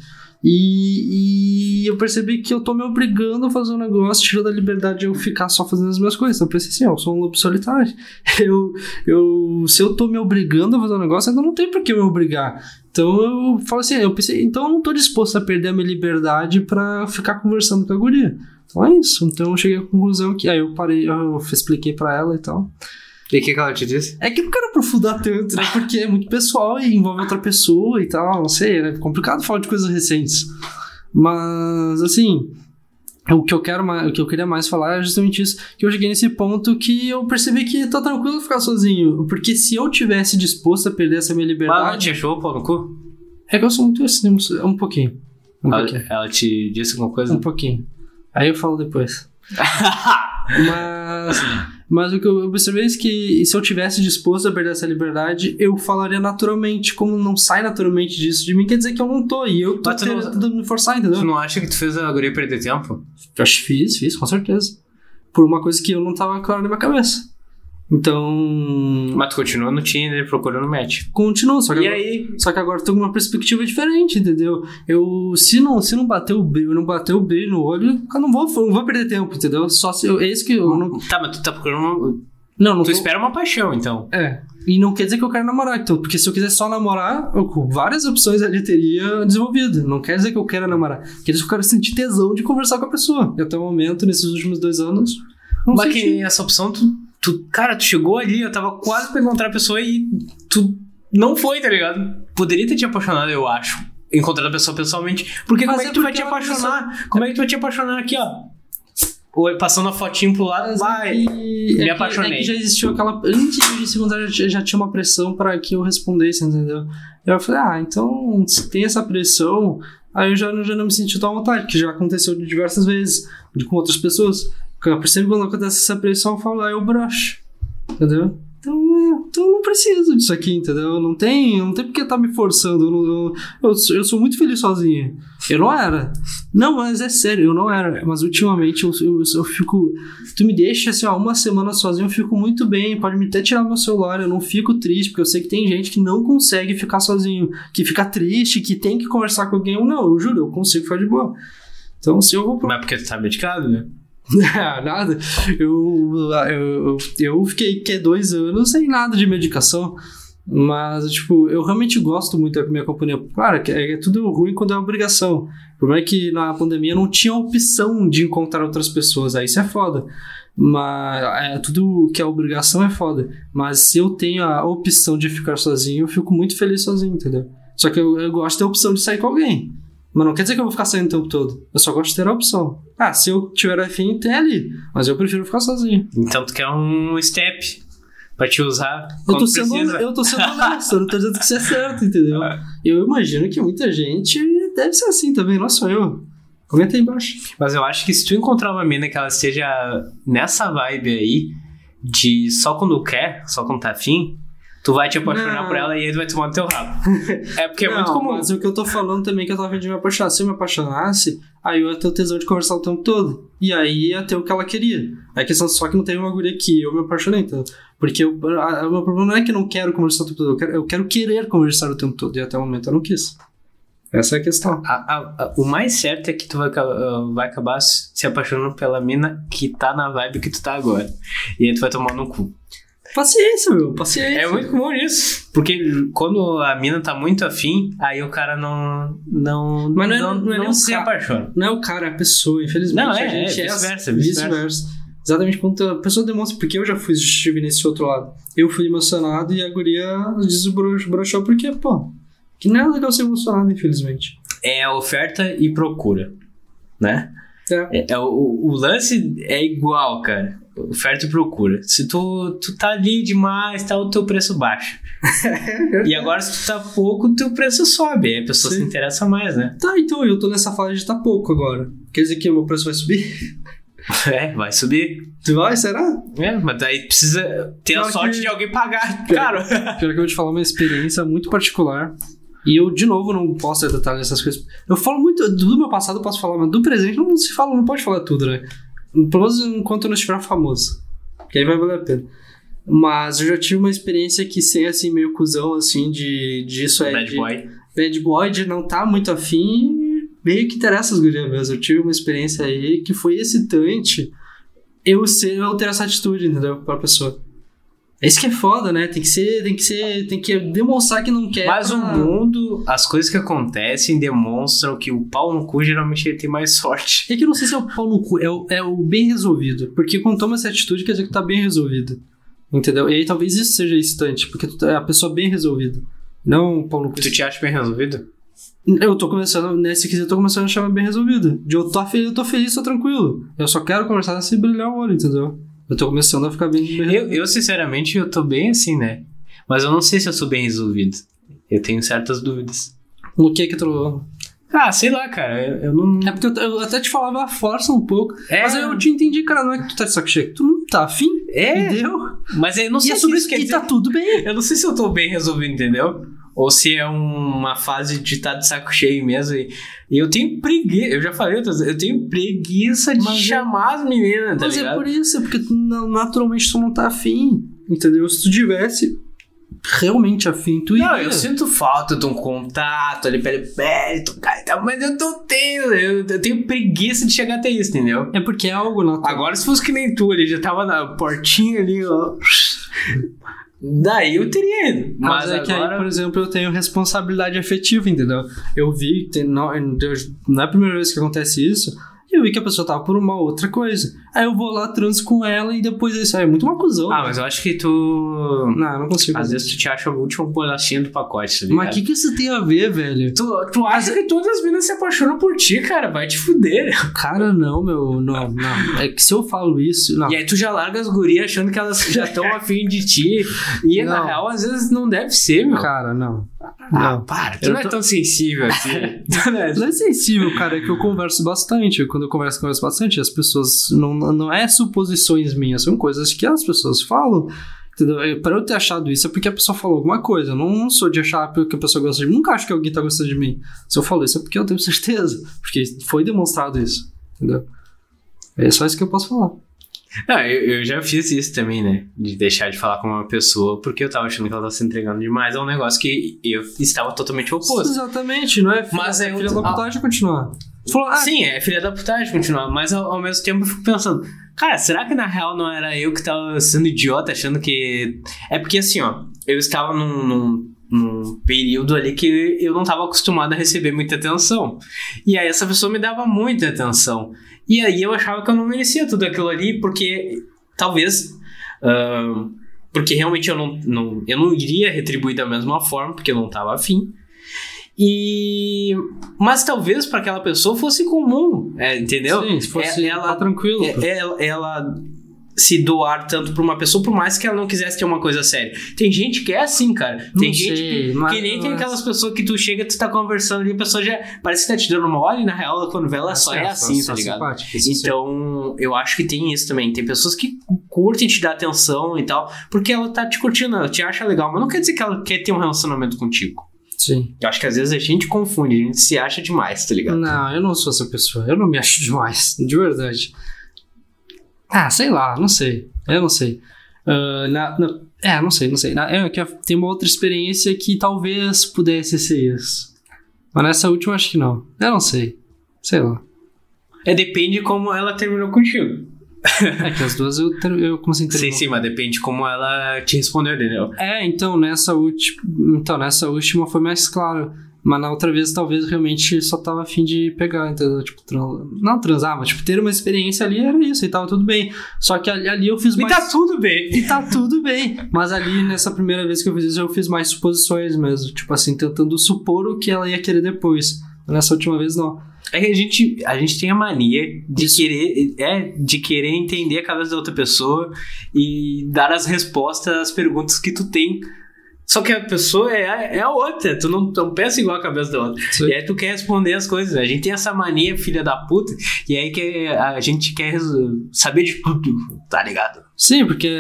E eu percebi que eu tô me obrigando a fazer um negócio, tirando a liberdade de eu ficar só fazendo as minhas coisas. Então eu pensei assim, eu sou um lobo solitário. Se eu tô me obrigando a fazer um negócio, ainda não tem por que me obrigar. Então eu falo assim, eu pensei, então eu não tô disposto a perder a minha liberdade pra ficar conversando com a guria. Então é isso. Então eu cheguei à conclusão que... Aí eu parei, eu expliquei pra ela e tal. E o que ela te disse? É que eu não quero aprofundar tanto, né? Porque é muito pessoal e envolve outra pessoa e tal, não sei, é complicado falar de coisas recentes. Mas, assim, o que eu queria mais falar é justamente isso, que eu cheguei nesse ponto que eu percebi que tá tranquilo ficar sozinho, porque se eu tivesse disposto a perder essa minha liberdade... Mas ela te achou o pau no cu? É que eu sou muito assim, um pouquinho. Ela te disse alguma coisa? Um pouquinho. Aí eu falo depois. Mas o que eu observei é que se eu tivesse disposto a perder essa liberdade, eu falaria naturalmente. Como não sai naturalmente disso de mim, quer dizer que eu não tô. E eu tô tentando me forçar, entendeu? Tu não acha que tu fez a guria perder tempo? Eu acho que fiz, com certeza. Por uma coisa que eu não tava claro na minha cabeça. Então... Mas tu continua no Tinder procurando match. Continuo, só que aí? Só que agora eu tô com uma perspectiva diferente, entendeu? Se não bater o brilho no olho, eu não vou perder tempo, entendeu? Só se é isso que eu não... Tá, mas tu tá procurando Não tu espera uma paixão, então. É. E não quer dizer que eu quero namorar, então. Porque se eu quiser só namorar, várias opções ali teria desenvolvido. Não quer dizer que eu quero namorar. Quer dizer que eu quero sentir tesão de conversar com a pessoa. E até o momento, nesses últimos 2 anos... Mas que essa opção, cara, tu chegou ali, eu tava quase pra encontrar a pessoa e tu não foi, tá ligado? Poderia ter te apaixonado, eu acho. Encontrando a pessoa pessoalmente. Porque como é que tu vai te apaixonar? Como é que tu vai te apaixonar aqui, ó? Ou passando a fotinho pro lado, me apaixonei. É que já existiu aquela... Antes de se encontrar, já tinha uma pressão pra que eu respondesse, entendeu? Eu falei, então, se tem essa pressão, aí eu já não me senti tão à vontade, que já aconteceu diversas vezes, com outras pessoas. Eu percebo quando acontece essa pressão, eu falo, eu broxo, entendeu? Então eu não preciso disso aqui, entendeu? Não tem porque tá me forçando. Eu sou muito feliz sozinho. Eu não era. Não, mas é sério, eu não era. Mas ultimamente eu fico... Tu me deixa assim, uma semana sozinho, eu fico muito bem. Pode me até tirar meu celular, eu não fico triste, porque eu sei que tem gente que não consegue ficar sozinho, que fica triste, que tem que conversar com alguém. Não, eu juro, eu consigo ficar de boa. Então se eu vou... Mas porque tu tá medicado, né? Nada. Eu fiquei 2 anos sem nada de medicação. Mas, eu realmente gosto muito da minha companhia. Claro, é tudo ruim quando é obrigação. O problema é que na pandemia não tinha opção de encontrar outras pessoas. Aí isso é foda. Mas tudo que é obrigação é foda. Mas se eu tenho a opção de ficar sozinho, eu fico muito feliz sozinho, entendeu? Só que eu gosto de ter a opção de sair com alguém. Mas não quer dizer que eu vou ficar saindo o tempo todo. Eu só gosto de ter a opção. Se eu tiver afim, tem ali. Mas eu prefiro ficar sozinho. Então tu quer um step. pra te usar. Eu tô sendo honesto, eu não tô dizendo que isso é certo, entendeu? Eu imagino que muita gente deve ser assim também, não sou eu. Comenta aí embaixo. Mas eu acho que se tu encontrar uma mina que ela esteja nessa vibe aí, de só quando quer, só quando tá afim, tu vai te apaixonar por ela e aí tu vai tomar no teu rabo. É porque é muito comum. Mas o que eu tô falando também é que eu tava de me apaixonar. Se eu me apaixonasse, aí eu ia ter o tesão de conversar o tempo todo. E aí ia ter o que ela queria. A questão só que não teve uma guria que eu me apaixonei, então. Porque o meu problema não é que eu não quero conversar o tempo todo. Eu quero querer conversar o tempo todo. E até o momento eu não quis. Essa é a questão. O mais certo é que tu vai acabar se apaixonando pela mina que tá na vibe que tu tá agora. E aí tu vai tomar no cu. Paciência, meu. Paciência. É muito comum isso. Porque quando a mina tá muito afim, aí o cara não se apaixona. Não é o cara, é a pessoa. Infelizmente, não, a gente vice-versa. Exatamente quando a pessoa demonstra. Porque eu já estive nesse outro lado. Eu fui emocionado e a guria desbrochou porque, pô... Que não é legal ser emocionado, infelizmente. É oferta e procura, né? O lance é igual, cara. Oferta e procura. Se tu tá ali demais, tá o teu preço baixo. E agora se tu tá pouco, o teu preço sobe. Aí a pessoa se interessa mais, né? Tá, então eu tô nessa fase de tá pouco agora. Quer dizer que o meu preço vai subir? Vai subir. Tu vai, será? Mas daí precisa ter a sorte de alguém pagar. Claro. Pior que eu vou te falar uma experiência muito particular. E eu, de novo, não posso ter detalhes dessas coisas. Eu falo muito do meu passado, eu posso falar, mas do presente não se fala, não pode falar tudo, né? Pelo menos enquanto eu não estiver famoso. Que aí vai valer a pena. Mas eu já tive uma experiência que sem, assim, meio cuzão, assim, disso aí. Bad boy, de não tá muito afim, meio que interessa as gurias mesmo. Eu tive uma experiência aí que foi excitante eu ter essa atitude, entendeu? Pra pessoa. É isso que é foda, né? Tem que demonstrar que não quer. Mas o mundo, as coisas que acontecem demonstram que o pau no cu geralmente ele tem mais sorte. É que eu não sei se é o pau no cu, é o bem resolvido. Porque quando toma essa atitude, quer dizer que tá bem resolvido. Entendeu? E aí talvez isso seja excitante, porque tu é a pessoa bem resolvida. Não o pau no cu. Tu te acha bem resolvido? Eu tô começando, nesse quesito, eu tô começando a chamar bem resolvido. Eu tô feliz, tô tranquilo. Eu só quero conversar se brilhar o olho, entendeu? Eu tô começando a ficar bem... Eu sinceramente, eu tô bem assim, né? Mas eu não sei se eu sou bem resolvido. Eu tenho certas dúvidas. No que tu... Sei lá, cara. Eu não... É porque eu até te falava força um pouco. Mas eu te entendi, cara. Não é que tu tá de saco cheio. Tu não tá afim. Entendeu? Mas eu não sei se isso quer dizer... tá tudo bem. Eu não sei se eu tô bem resolvido, entendeu? Ou se é uma fase de estar de saco cheio mesmo. E eu tenho preguiça. Eu já falei, eu tenho preguiça de chamar as meninas, tá ligado? Mas é por isso, porque naturalmente tu não tá afim, entendeu? Se tu tivesse realmente afim, tu ia. Não, eu sinto falta de um contato ali, pele, tocar e tal, mas eu não tenho. Eu tenho preguiça de chegar até isso, entendeu? É porque é algo natural. Agora, se fosse que nem tu ali, já tava na portinha ali, ó. Daí eu teria ido. Mas é agora... que aí, por exemplo, eu tenho responsabilidade afetiva, entendeu? Eu vi, não é a primeira vez que acontece isso, e eu vi que a pessoa tava por uma outra coisa. Aí eu vou lá, transo com ela e depois isso aí é muito uma cuzão. Mas eu acho que tu... Não, eu não consigo. Às vezes tu te acha o último bolachinha do pacote, tá ligado? Mas o que isso tem a ver, velho? Tu acha que todas as meninas se apaixonam por ti, cara? Vai te fuder. Cara, não, meu. Não. É que se eu falo isso... Não. E aí tu já larga as gurias achando que elas já estão afim de ti. E na real, às vezes não deve ser, meu. Cara, não. Para. Tu não é tão sensível assim. Não é sensível, cara. É que eu converso bastante. Quando eu converso bastante, as pessoas... Não é suposições minhas, são coisas que as pessoas falam. Entendeu? Pra eu ter achado isso é porque a pessoa falou alguma coisa. Eu não sou de achar que a pessoa gosta de mim. Nunca acho que alguém tá gostando de mim. Se eu falo isso é porque eu tenho certeza. Porque foi demonstrado isso. Entendeu? É só isso que eu posso falar. Eu já fiz isso também, né? De deixar de falar com uma pessoa porque eu tava achando que ela tava se entregando demais a um negócio que eu estava totalmente oposto. Exatamente, não é? Mas é filha da putagem continuar. Sim, é filha da putagem continuar. Mas ao mesmo tempo eu fico pensando, cara, será que na real não era eu que tava sendo idiota achando que... É porque assim, ó, eu estava num período ali que eu não tava acostumado a receber muita atenção. E aí essa pessoa me dava muita atenção. E aí eu achava que eu não merecia tudo aquilo ali, porque talvez... porque realmente eu não iria retribuir da mesma forma, porque eu não tava afim. Mas talvez para aquela pessoa fosse comum, entendeu? Sim, se fosse ela tranquilo. Ela se doar tanto pra uma pessoa, por mais que ela não quisesse ter uma coisa séria. Tem gente que é assim, cara. Tem gente que nem tem aquelas pessoas que tu chega, tu tá conversando ali, a pessoa já parece que tá te dando mole, e na real, quando vê ela só é assim, tá ligado? Então, eu acho que tem isso também. Tem pessoas que curtem te dar atenção e tal, porque ela tá te curtindo, ela te acha legal, mas não quer dizer que ela quer ter um relacionamento contigo. Sim. Eu acho que às vezes a gente confunde, a gente se acha demais, tá ligado? Não, eu não sou essa pessoa, eu não me acho demais, de verdade. Sei lá, não sei. Eu não sei. Não sei. Tem uma outra experiência que talvez pudesse ser isso. Mas nessa última acho que não. Eu não sei. Sei lá. Depende como ela terminou contigo. Que as duas eu consegui terminar. Sim, mas depende como ela te respondeu, entendeu? Então nessa última foi mais claro. Mas na outra vez, talvez, realmente só tava a fim de pegar, entendeu? Tipo, não transar, mas tipo, ter uma experiência ali era isso, e tava tudo bem. Só que ali eu fiz mais... E tá tudo bem. E tá tudo bem. Mas ali, nessa primeira vez que eu fiz isso, eu fiz mais suposições mesmo. Tipo assim, tentando supor o que ela ia querer depois. Nessa última vez, não. É que a gente tem a mania de querer entender a cabeça da outra pessoa e dar as respostas às perguntas que tu tem. Só que a pessoa é a outra, tu não pensa igual a cabeça da outra. Sim. E aí tu quer responder as coisas. A gente tem essa mania, filha da puta, e aí que a gente quer saber de tudo, tá ligado? Sim, porque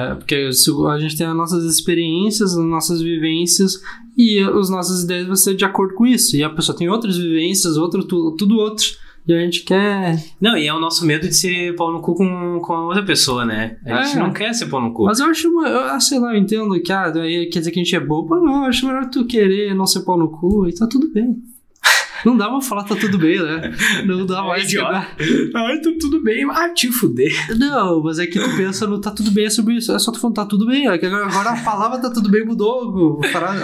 a gente tem as nossas experiências, as nossas vivências, e as nossas ideias vão ser de acordo com isso. E a pessoa tem outras vivências, tudo outro. E a gente quer... Não, e é o nosso medo de ser pau no cu com a outra pessoa, né? A gente não quer ser pau no cu. Mas eu acho... sei lá, eu entendo que quer dizer que a gente é bobo. Não, eu acho melhor tu querer não ser pau no cu e tá tudo bem. Não dá pra falar tá tudo bem, né? Não dá mais. Tá tudo bem. Te fuder. Não, mas é que tu pensa no tá tudo bem, é sobre isso. É só tu falando tá tudo bem. É que agora a palavra tá tudo bem mudou.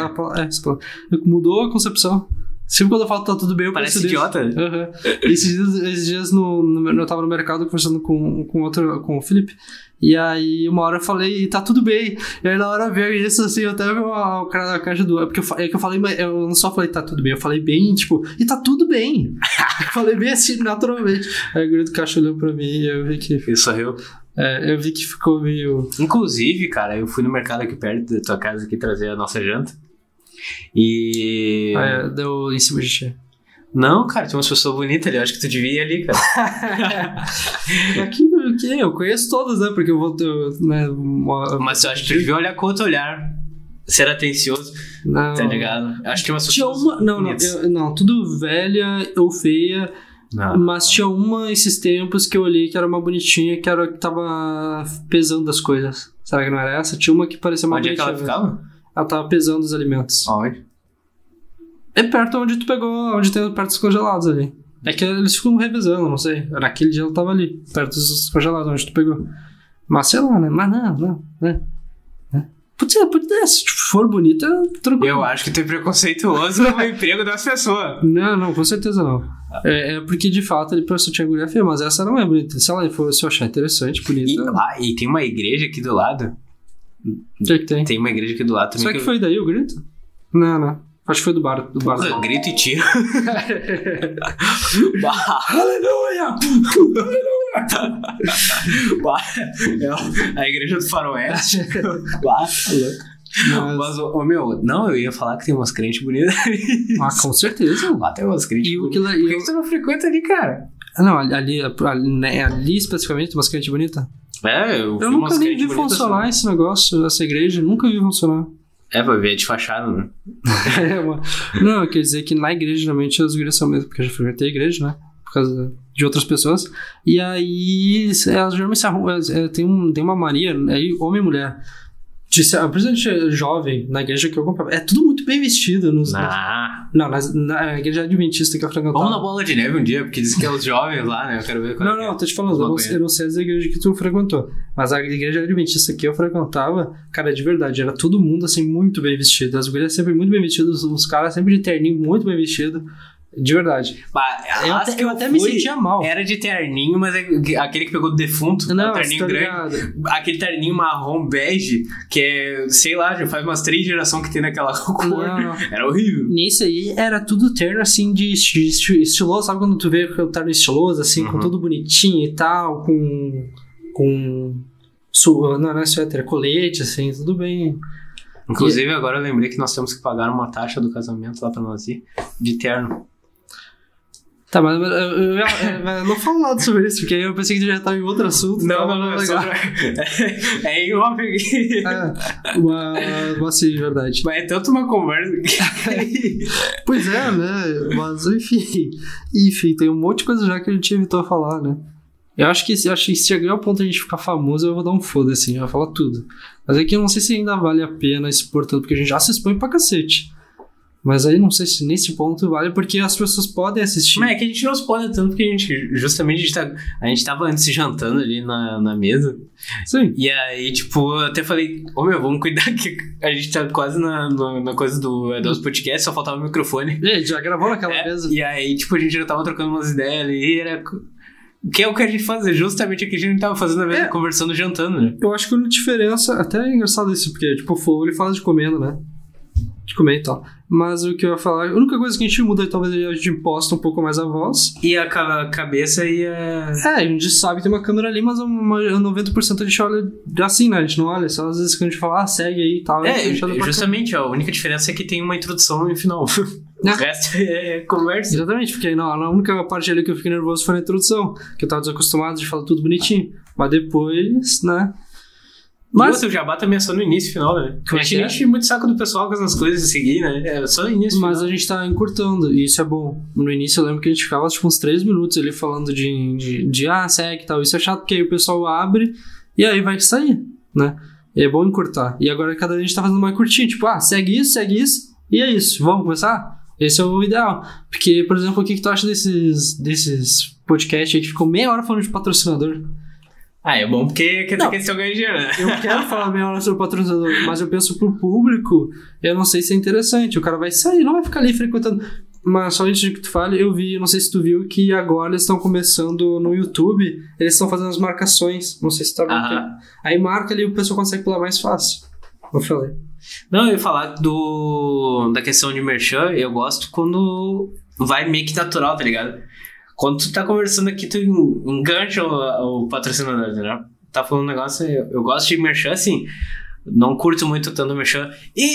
Mudou a concepção. Sempre quando eu falo tá tudo bem, eu parece idiota. Uhum. Esses dias eu tava no mercado conversando com o Felipe. E aí uma hora eu falei, tá tudo bem. E aí na hora veio isso assim, eu até vi o cara da caixa do... Porque eu falei, eu não só falei tá tudo bem, eu falei bem, tipo, e tá tudo bem. Eu falei bem assim, naturalmente. Aí o guri do caixa olhou pra mim e eu vi que... Isso riu. Eu vi que ficou meio... Inclusive, cara, eu fui no mercado aqui perto da tua casa aqui trazer a nossa janta. E... deu em cima de ti. Não, cara, tem umas pessoas bonitas ali. Eu acho que tu devia ir ali, cara. Aqui eu conheço todas, né? Porque eu vou ter... Né, mas eu acho que tu devia olhar com outro olhar. Ser atencioso. Não. Tá ligado? Acho que umas pessoas não, tudo velha ou feia. Não. Mas tinha uma esses tempos que eu olhei que era uma bonitinha, que era que tava pesando as coisas. Será que não era essa? Tinha uma que parecia uma bonitinha. Onde é que ela ficava? Ela tava pesando os alimentos. Onde? É perto onde tu pegou, onde tem perto dos congelados ali. É que eles ficam revezando, não sei. Naquele dia ela tava ali, perto dos congelados, onde tu pegou. Mas sei lá, né? Mas não, né? Pode ser, se for bonita, tranquilo. Eu acho que tu é preconceituoso no emprego das pessoas. Não, com certeza não. É porque de fato ele pensou que tinha guria feia, mas essa não é bonita. Se ela for, se eu achar interessante, bonita. E tem uma igreja aqui do lado. O que tem? Tem uma igreja aqui do lado também. Será que foi daí o grito? Não. Acho que foi do bar. Grito e tiro. Aleluia! A igreja do faroeste. Mas, eu ia falar que tem umas crentes bonitas ali. Com certeza. Lá tem umas crentes bonitas. Por que você não frequenta ali, cara? Não, ali especificamente tem umas crentes bonitas. Eu nunca nem vi funcionar esse negócio, essa igreja. Nunca vi funcionar. Pra ver de fachada, né? Não, quer dizer que na igreja, geralmente, as igrejas são mesmo, porque eu já frequentei a igreja, né? Por causa de outras pessoas. E aí, elas geralmente se arrumam, tem uma mania, aí, homem e mulher. Principalmente jovem, na igreja que eu comprava, é tudo muito bem vestido. Não, na igreja adventista que eu frequentava. Vamos na Bola de Neve um dia, porque dizem que é os jovens lá, né? Eu quero ver qual é. Não, tô te falando, eu não sei as igrejas que tu frequentou, mas a igreja adventista que eu frequentava, cara, de verdade, era todo mundo assim, muito bem vestido. As mulheres sempre muito bem vestidas, os caras sempre de terninho, muito bem vestido. De verdade. Eu até me sentia mal. Era de terninho, mas aquele que pegou do defunto. Não, terninho grande. Aquele terninho marrom bege, que é, sei lá, já faz umas 3 gerações que tem naquela cor. Não. Era horrível. Nisso aí era tudo terno assim de estiloso. Sabe quando tu vê o terno estiloso, assim, com tudo bonitinho e tal, com Não é suéter, é colete, assim, tudo bem. Inclusive, agora eu lembrei que nós temos que pagar uma taxa do casamento lá pra nós ir, de terno. Tá, mas eu não falo nada sobre isso, porque aí eu pensei que tu já estava em outro assunto. Não, é em off aqui. Mas sim, verdade. Mas é tanto uma conversa. Pois é, né? Mas enfim, tem um monte de coisa já que a gente evitou falar, né? Eu acho que se chegar ao ponto de a gente ficar famoso, eu vou dar um foda-se, eu vou falar tudo. Mas é que eu não sei se ainda vale a pena expor tanto, porque a gente já se expõe pra cacete. Mas aí não sei se nesse ponto vale, porque as pessoas podem assistir. Mas é que a gente não expõe tanto, porque a gente tava antes jantando ali na mesa. Sim. E aí, tipo, eu até falei, vamos cuidar que a gente tá quase na coisa do podcast, só faltava o microfone. E aí, já gravou naquela mesa. E aí, tipo, a gente já tava trocando umas ideias ali, que é o que a gente faz, justamente o que a gente tava fazendo na mesa, conversando, jantando, né? Eu acho que a única diferença, até é engraçado isso, porque, tipo, o Flow, ele fala de comendo, né? De comer e tal. Mas o que eu ia falar, a única coisa que a gente muda é talvez a gente imposta um pouco mais a voz. E a cabeça e a... a gente sabe que tem uma câmera ali, mas 90% a gente olha assim, né? A gente não olha, só às vezes que a gente fala, segue aí e tal. Justamente, a única diferença é que tem uma introdução e um final. O resto é conversa. Exatamente, porque a única parte ali que eu fiquei nervoso foi na introdução, que eu tava desacostumado de falar tudo bonitinho. Mas depois, né? Mas o jabá também é só no início e final, né? A gente enche muito saco do pessoal com essas coisas a seguir, né? É só no início. Mas a gente tá encurtando, e isso é bom. No início eu lembro que a gente ficava tipo uns 3 minutos ali falando de segue e tal. Isso é chato, porque aí o pessoal abre e aí vai sair, né? E é bom encurtar. E agora cada vez a gente tá fazendo mais curtinho, tipo, segue isso, e é isso. Vamos começar? Esse é o ideal. Porque, por exemplo, o que tu acha desses podcasts aí que ficou meia hora falando de patrocinador? É bom porque quer dizer que eles estão ganhando dinheiro, né? Eu quero falar meia hora sobre o patrocinador, mas eu penso pro público, eu não sei se é interessante. O cara vai sair, não vai ficar ali frequentando. Mas só antes de que tu fale, eu vi, não sei se tu viu, que agora eles estão começando no YouTube, eles estão fazendo as marcações. Não sei se tu tá vendo. Aí marca ali, o pessoal consegue pular mais fácil. Eu falei. Não, eu ia falar da questão de merchan, eu gosto quando vai meio que natural, tá ligado? Quando tu tá conversando aqui, tu engancha o patrocinador, entendeu? Tá falando um negócio, eu gosto de merchan, assim, não curto muito tanto merchan,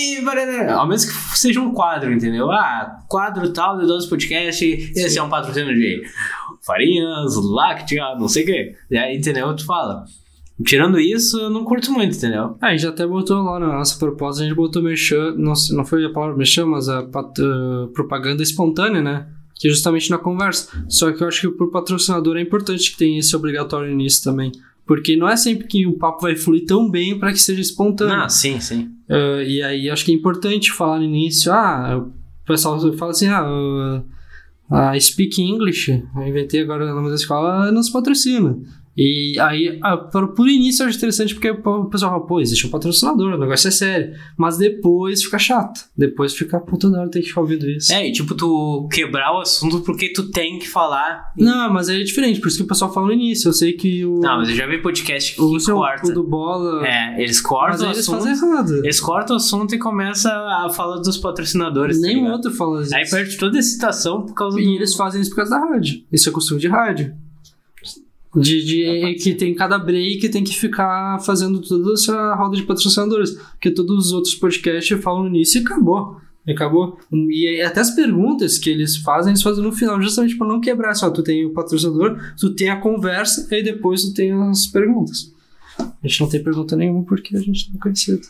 ao menos que seja um quadro, entendeu? Quadro tal, do 12 podcast, esse é um patrocínio de farinhas, láctea, não sei o quê. E aí, entendeu? Tu fala. Tirando isso, eu não curto muito, entendeu? A gente até botou lá na nossa proposta, a gente botou merchan, não foi a palavra merchan, mas a propaganda espontânea, né? Que é justamente na conversa. Só que eu acho que por patrocinador é importante que tenha esse obrigatório nisso também. Porque não é sempre que o papo vai fluir tão bem para que seja espontâneo. Sim. E aí acho que é importante falar no início, o pessoal fala assim, a Speak English, eu inventei agora o nome da escola, nos patrocina. E aí, por início eu acho interessante porque o pessoal fala, existe um patrocinador, o negócio é sério. Mas depois fica chato. Depois fica, toda hora tem que ficar ouvindo isso. E tipo, tu quebrar o assunto porque tu tem que falar. Não, mas aí é diferente, por isso que o pessoal fala no início. Eu sei que Não, mas eu já vi podcast que corta. O do Bola... eles cortam o assunto. Eles fazem errado. Eles cortam o assunto e começam a falar dos patrocinadores. Nenhum outro fala isso. Aí perde toda a excitação por causa E eles fazem isso por causa da rádio. Isso é costume de rádio. Que tem cada break, tem que ficar fazendo toda essa roda de patrocinadores, porque todos os outros podcasts falam nisso e acabou. E até as perguntas que eles fazem no final, justamente para não quebrar. Só tu tem o patrocinador, tu tem a conversa e depois tu tem as perguntas. A gente não tem pergunta nenhuma porque a gente não é conhecido.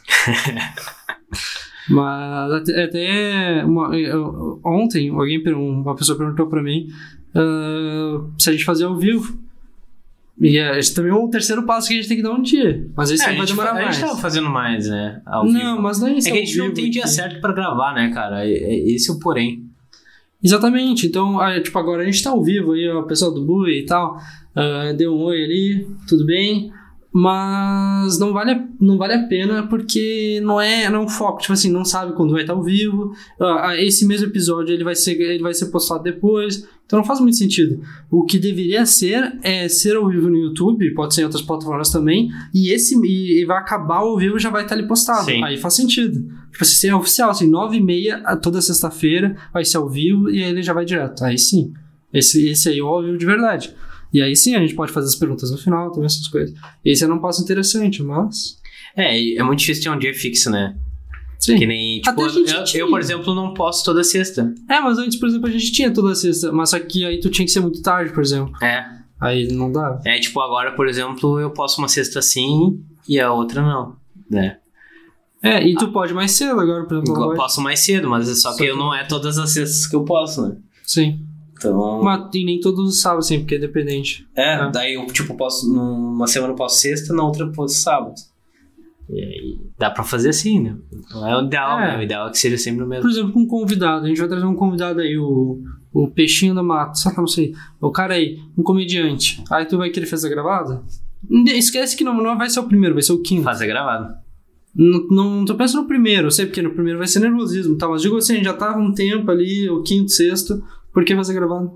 Mas até ontem uma pessoa perguntou para mim se a gente fazia ao vivo. E esse também é o terceiro passo que a gente tem que dar um dia. Mas esse vai demorar mais. A gente tava fazendo mais, né? Não, mas não é isso. É que a gente não tem dia certo pra gravar, né, cara? Esse é o porém. Exatamente. Então, agora a gente tá ao vivo aí, o pessoal do Bui e tal. Deu um oi ali, tudo bem. Mas não vale a pena porque não é um foco, tipo assim, não sabe quando vai estar ao vivo. Esse mesmo episódio ele vai ser postado depois, então não faz muito sentido. O que deveria ser ao vivo no YouTube, pode ser em outras plataformas também, e vai acabar ao vivo e já vai estar ali postado. Sim. Aí faz sentido. Tipo assim, é oficial, assim, 9h30 toda sexta-feira vai ser ao vivo e aí ele já vai direto. Aí sim, esse aí é o ao vivo de verdade. E aí sim, a gente pode fazer as perguntas no final, também essas coisas. Esse é um passo interessante, mas... É muito difícil ter um dia fixo, né? Sim. Que nem, tipo, eu, por exemplo, não posto toda sexta. Mas antes, por exemplo, a gente tinha toda sexta, mas só que aí tu tinha que ser muito tarde, por exemplo. Aí não dá. Tipo, agora, por exemplo, eu posto uma sexta sim e a outra não, né? E tu pode mais cedo agora, por exemplo. Eu posso mais cedo, mas só que eu não é todas as sextas que eu posso, né? Sim. Então... Mas e nem todos os sábados, assim, porque é dependente. Daí eu, tipo, posso, numa semana eu posso sexta, na outra eu posso sábado. E aí dá pra fazer assim, né? Não é o ideal, né? O ideal é que seja sempre o mesmo. Por exemplo, com um convidado, a gente vai trazer um convidado aí, o Peixinho da Mata, sabe, não sei, o cara aí, um comediante. Aí tu vai querer fazer gravada? Esquece que não vai ser o primeiro, vai ser o quinto. Fazer gravado. Não tô pensando no primeiro, eu sei porque no primeiro vai ser nervosismo, tá? Mas digo assim, a gente já tava um tempo ali, o quinto, sexto, por que fazer gravado?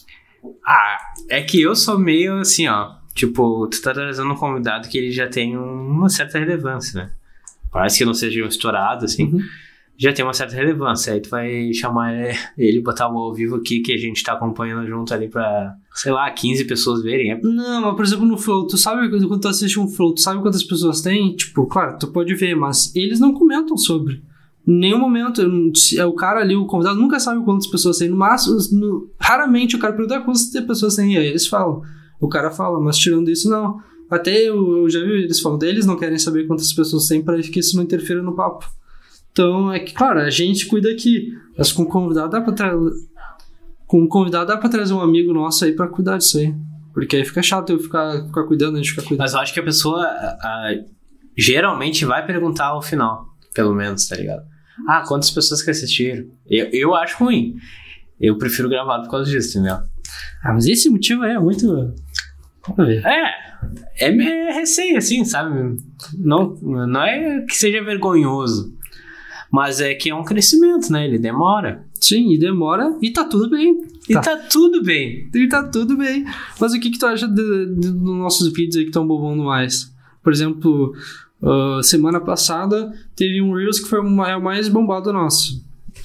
É que eu sou meio assim, ó. Tipo, tu tá trazendo um convidado que ele já tem uma certa relevância, né? Parece que não seja um estourado, assim. Já tem uma certa relevância. Aí tu vai chamar ele, botar o ao vivo aqui, que a gente tá acompanhando junto ali pra, sei lá, 15 pessoas verem. Não, mas por exemplo no Flow, tu sabe quando tu assiste um Flow, tu sabe quantas pessoas tem? Tipo, claro, tu pode ver, mas eles não comentam sobre. Em nenhum momento, o cara ali, o convidado, nunca sabe quantas pessoas tem. No máximo, raramente o cara pergunta quantas pessoas tem, e aí eles falam. O cara fala, mas tirando isso, não. Até eu já vi eles falando, eles não querem saber quantas pessoas tem para que isso não interfira no papo. Então, é que, claro, a gente cuida aqui. Mas com o convidado dá pra trazer um amigo nosso aí pra cuidar disso aí. Porque aí fica chato eu ficar cuidando, a gente ficar cuidando. Mas eu acho que a pessoa geralmente vai perguntar ao final, pelo menos, tá ligado? Quantas pessoas que assistiram? Eu acho ruim. Eu prefiro gravado por causa disso, entendeu? Mas esse motivo aí é muito... Vamos ver. É receio, assim, sabe? Não é que seja vergonhoso, mas é que é um crescimento, né? Ele demora. Sim, e demora e tá tudo bem. E tá tudo bem. E tá tudo bem. Mas o que tu acha dos nossos vídeos aí que estão bombando mais? Por exemplo, semana passada teve um Reels que foi o mais bombado nosso.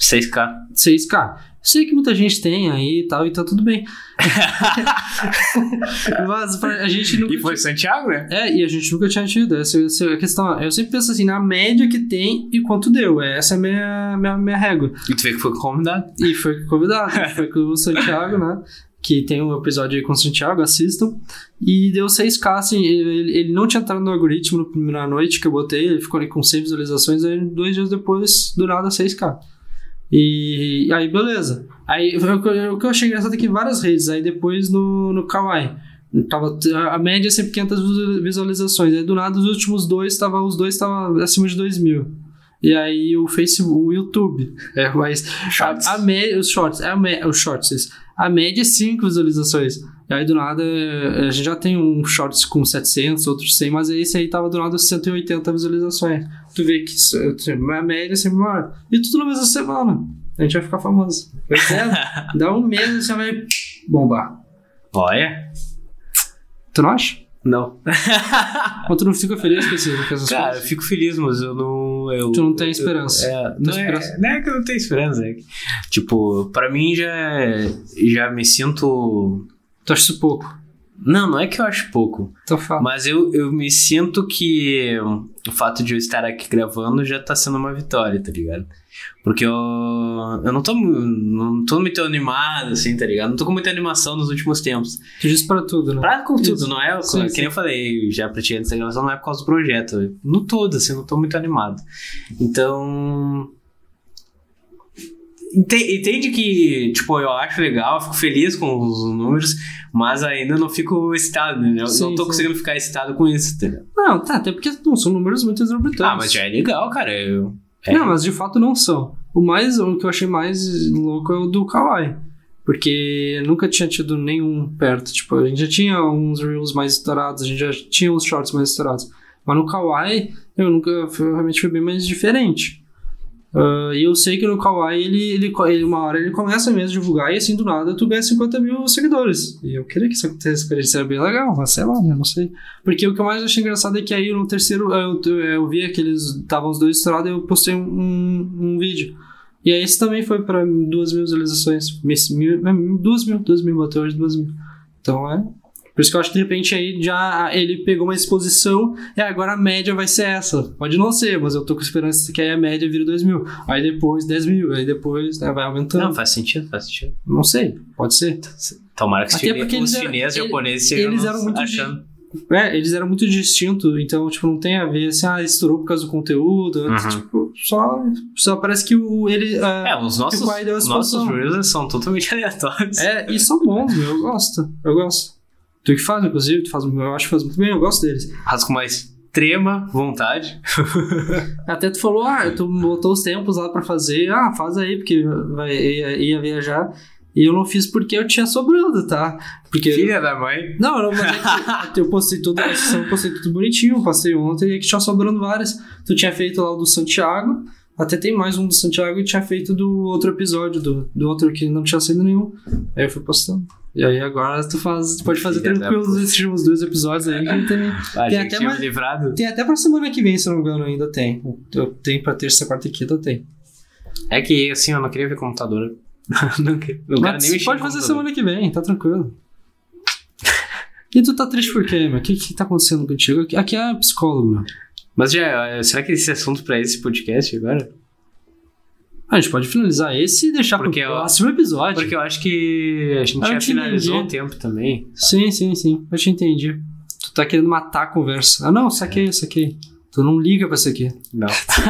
6K. Sei que muita gente tem aí e tal, e tá tudo bem. Mas a gente nunca... E foi Santiago, né? E a gente nunca tinha tido. Essa é a questão. Eu sempre penso assim, na média que tem e quanto deu. Essa é a minha régua. E tu vê que foi convidado. Foi com o Santiago, né? Que tem um episódio aí com o Santiago, assistam. E deu 6K, assim. Ele não tinha entrado no algoritmo na primeira noite que eu botei. Ele ficou ali com 100 visualizações. Aí 2 dias depois, do nada, 6K. E aí, beleza. Aí, o que eu achei engraçado é que várias redes. Aí depois no Kawaii a média é sempre 500 visualizações. Aí do nada os últimos dois estavam acima de 2.000. E aí o Facebook, o YouTube, mas Shorts. Os shorts, a média é 5 visualizações. E aí do nada a gente já tem um shorts com 700, outros 100, mas esse aí tava do nada 180 visualizações. Tu vê que a média é sempre maior. E tudo na mesma semana. A gente vai ficar famoso. Dá um mês e você vai bombar. Olha. Tu não acha? Não. Mas tu não fica feliz com essas coisas? Cara, eu fico feliz, mas eu não... Tu não tem esperança. Não é que eu não tenho esperança. Tipo, pra mim já me sinto... Tu acha isso pouco? Não é que eu acho pouco. Então fala. Mas eu me sinto que o fato de eu estar aqui gravando já tá sendo uma vitória, tá ligado? Porque eu não tô muito animado, assim, tá ligado? Não tô com muita animação nos últimos tempos. Tu diz pra tudo, né? Pra com tudo, não é? Sim, que nem eu falei já pra ti antes da gravação, não é por causa do projeto. No todo, assim, não tô muito animado. Então... Entende que, tipo, eu acho legal, eu fico feliz com os números, mas ainda não fico excitado, né? Não tô conseguindo ficar excitado com isso, entendeu? Não, tá, até porque não são números muito exorbitantes. Mas já é legal, cara. Não, mas de fato não são. O que eu achei mais louco é o do Kawaii. Porque nunca tinha tido nenhum perto. Tipo, a gente já tinha uns Reels mais estourados, a gente já tinha uns Shorts mais estourados. Mas no Kawaii, realmente foi bem mais diferente. E eu sei que no Kawaii ele uma hora ele começa mesmo a divulgar e assim do nada tu ganha 50 mil seguidores. E eu queria que isso acontecesse com a gente, seria bem legal, mas sei lá, né? Não sei. Porque o que eu mais achei engraçado é que aí no terceiro eu vi que eles estavam os dois estourados e eu postei um vídeo. E aí esse também foi pra 2.000 visualizações. 2.000, bateu hoje 2.000. Então Por isso que eu acho que de repente aí já ele pegou uma exposição e agora a média vai ser essa. Pode não ser, mas eu tô com esperança que aí a média vira 2.000. Aí depois 10.000, aí depois vai aumentando. Não, faz sentido. Não sei, pode ser. Tomara que os chineses e japoneses estejam achando. Eles eram muito distintos, então, tipo, não tem a ver assim, estourou por causa do conteúdo. Tipo, só parece que os nossos reels são totalmente aleatórios. E são bons, eu gosto. Tu que faz, inclusive, eu acho que faz muito bem, eu gosto deles. Faz com uma extrema vontade. Até tu falou, tu botou os tempos lá pra fazer, faz aí, porque ia viajar. E eu não fiz porque eu tinha sobrando, tá? Porque filha da mãe. Não, mas é que eu postei tudo bonitinho, postei ontem e que tinha sobrando várias. Tu tinha feito lá o do Santiago, até tem mais um do Santiago e tinha feito do outro episódio, do outro que não tinha sido nenhum. Aí eu fui postando. E aí agora tu pode fazer tranquilo esses últimos 2 episódios aí que tem tem até pra semana que vem, se não me engano, ainda tem. Eu tenho pra terça, quarta e quinta, eu tenho. É que assim, eu não queria ver computador. Mas pode fazer semana que vem, tá tranquilo. E tu tá triste por quê, meu? O que tá acontecendo contigo? Aqui é psicólogo, meu. Mas será que esse assunto pra esse podcast agora? A gente pode finalizar esse e deixar pro próximo episódio. Porque eu acho que a gente já finalizou o tempo também. Sim. Eu te entendi. Tu tá querendo matar a conversa. Não, saquei. Tu não liga pra isso aqui. Não.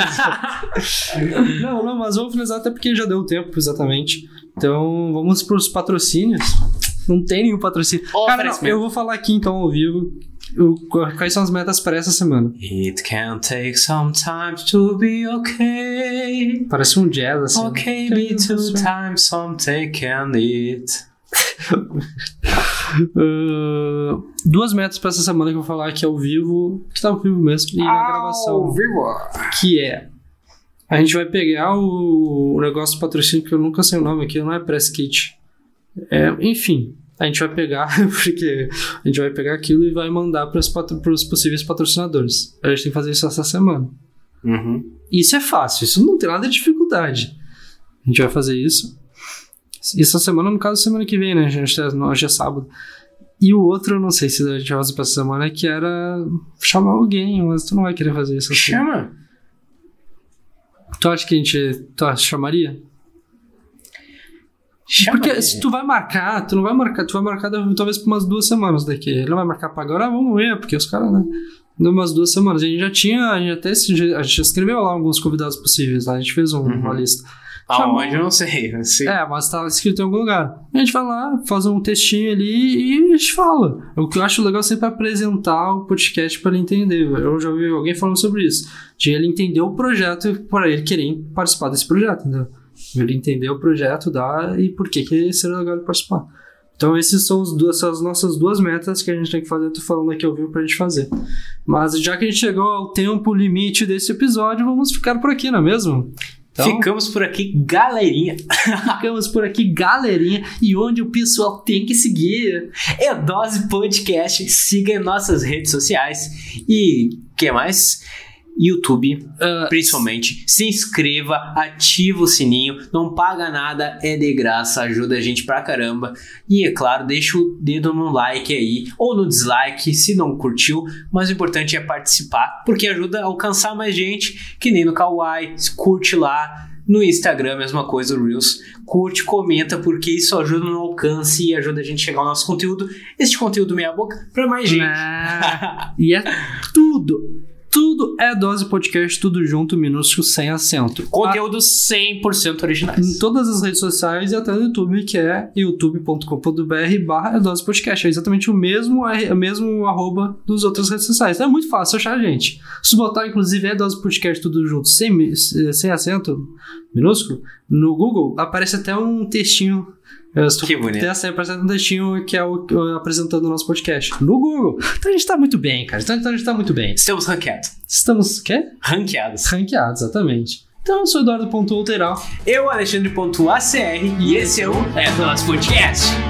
não, mas vamos finalizar até porque já deu tempo, exatamente. Então, vamos pros patrocínios. Não tem nenhum patrocínio. Cara, não, eu vou falar aqui então ao vivo quais são as metas para essa semana. It can take some time to be okay. Parece um jazz assim. Okay, be 2 times some take and eat. 2 metas pra essa semana que eu vou falar aqui ao vivo, que tá ao vivo mesmo, e na gravação. Ao vivo. Que é: a gente vai pegar o negócio do patrocínio, que eu nunca sei o nome aqui, não é Press Kit. Enfim, a gente vai pegar, porque a gente vai pegar aquilo e vai mandar pros possíveis patrocinadores. A gente tem que fazer isso essa semana. Isso é fácil, isso não tem nada de dificuldade. A gente vai fazer isso. Essa semana, no caso, semana que vem, né? Hoje é sábado. E o outro, eu não sei se a gente vai fazer pra essa semana, que era chamar alguém, mas tu não vai querer fazer isso. Chama! Tu acha que a gente chamaria? Porque se tu vai marcar, tu vai marcar talvez por umas 2 semanas daqui. Ele não vai marcar pra agora, vamos ver, porque os caras, né? Deu umas 2 semanas. A gente escreveu lá alguns convidados possíveis, lá. A gente fez uma lista. Aonde eu não sei. Mas tá escrito em algum lugar. A gente vai lá, faz um textinho ali e a gente fala. O que eu acho legal é sempre apresentar o podcast pra ele entender. Eu já ouvi alguém falando sobre isso. De ele entender o projeto para ele querer participar desse projeto, entendeu? Ele entender o projeto e por que seria legal ele participar. Então essas são as nossas 2 metas que a gente tem que fazer. Eu tô falando aqui ao vivo pra gente fazer. Mas já que a gente chegou ao tempo limite desse episódio, vamos ficar por aqui, não é mesmo? Então, ficamos por aqui, galerinha. E onde o pessoal tem que seguir é Dose Podcast. Siga em nossas redes sociais. E o que mais? YouTube, principalmente. Se inscreva, ativa o sininho. Não paga nada, é de graça. Ajuda a gente pra caramba. E é claro, deixa o dedo no like aí, ou no dislike se não curtiu. Mas o importante é participar, porque ajuda a alcançar mais gente. Que nem no Kawaii, curte lá. No Instagram, mesma coisa, o Reels. Curte, comenta, porque isso ajuda no alcance e ajuda a gente a chegar ao nosso conteúdo. Este conteúdo meia boca pra mais gente. E é tudo é Dose Podcast, tudo junto, minúsculo, sem acento. Conteúdo 100% originais. Em todas as redes sociais e até no YouTube, que é youtube.com.br/Dose Podcast. É exatamente o mesmo arroba dos outras redes sociais. É muito fácil achar a gente. Se botar, inclusive, Dose Podcast, tudo junto, sem acento, minúsculo, no Google, aparece até um textinho. Que bonito. Tem aparece um textinho que é apresentando o nosso podcast no Google. Então a gente tá muito bem, cara. Então a gente tá muito bem. Estamos ranqueados. Estamos, quê? Ranqueados, exatamente. Então eu sou Eduardo.Alteral. Eu, Alexandre.ACR. E esse é o Dose Podcast.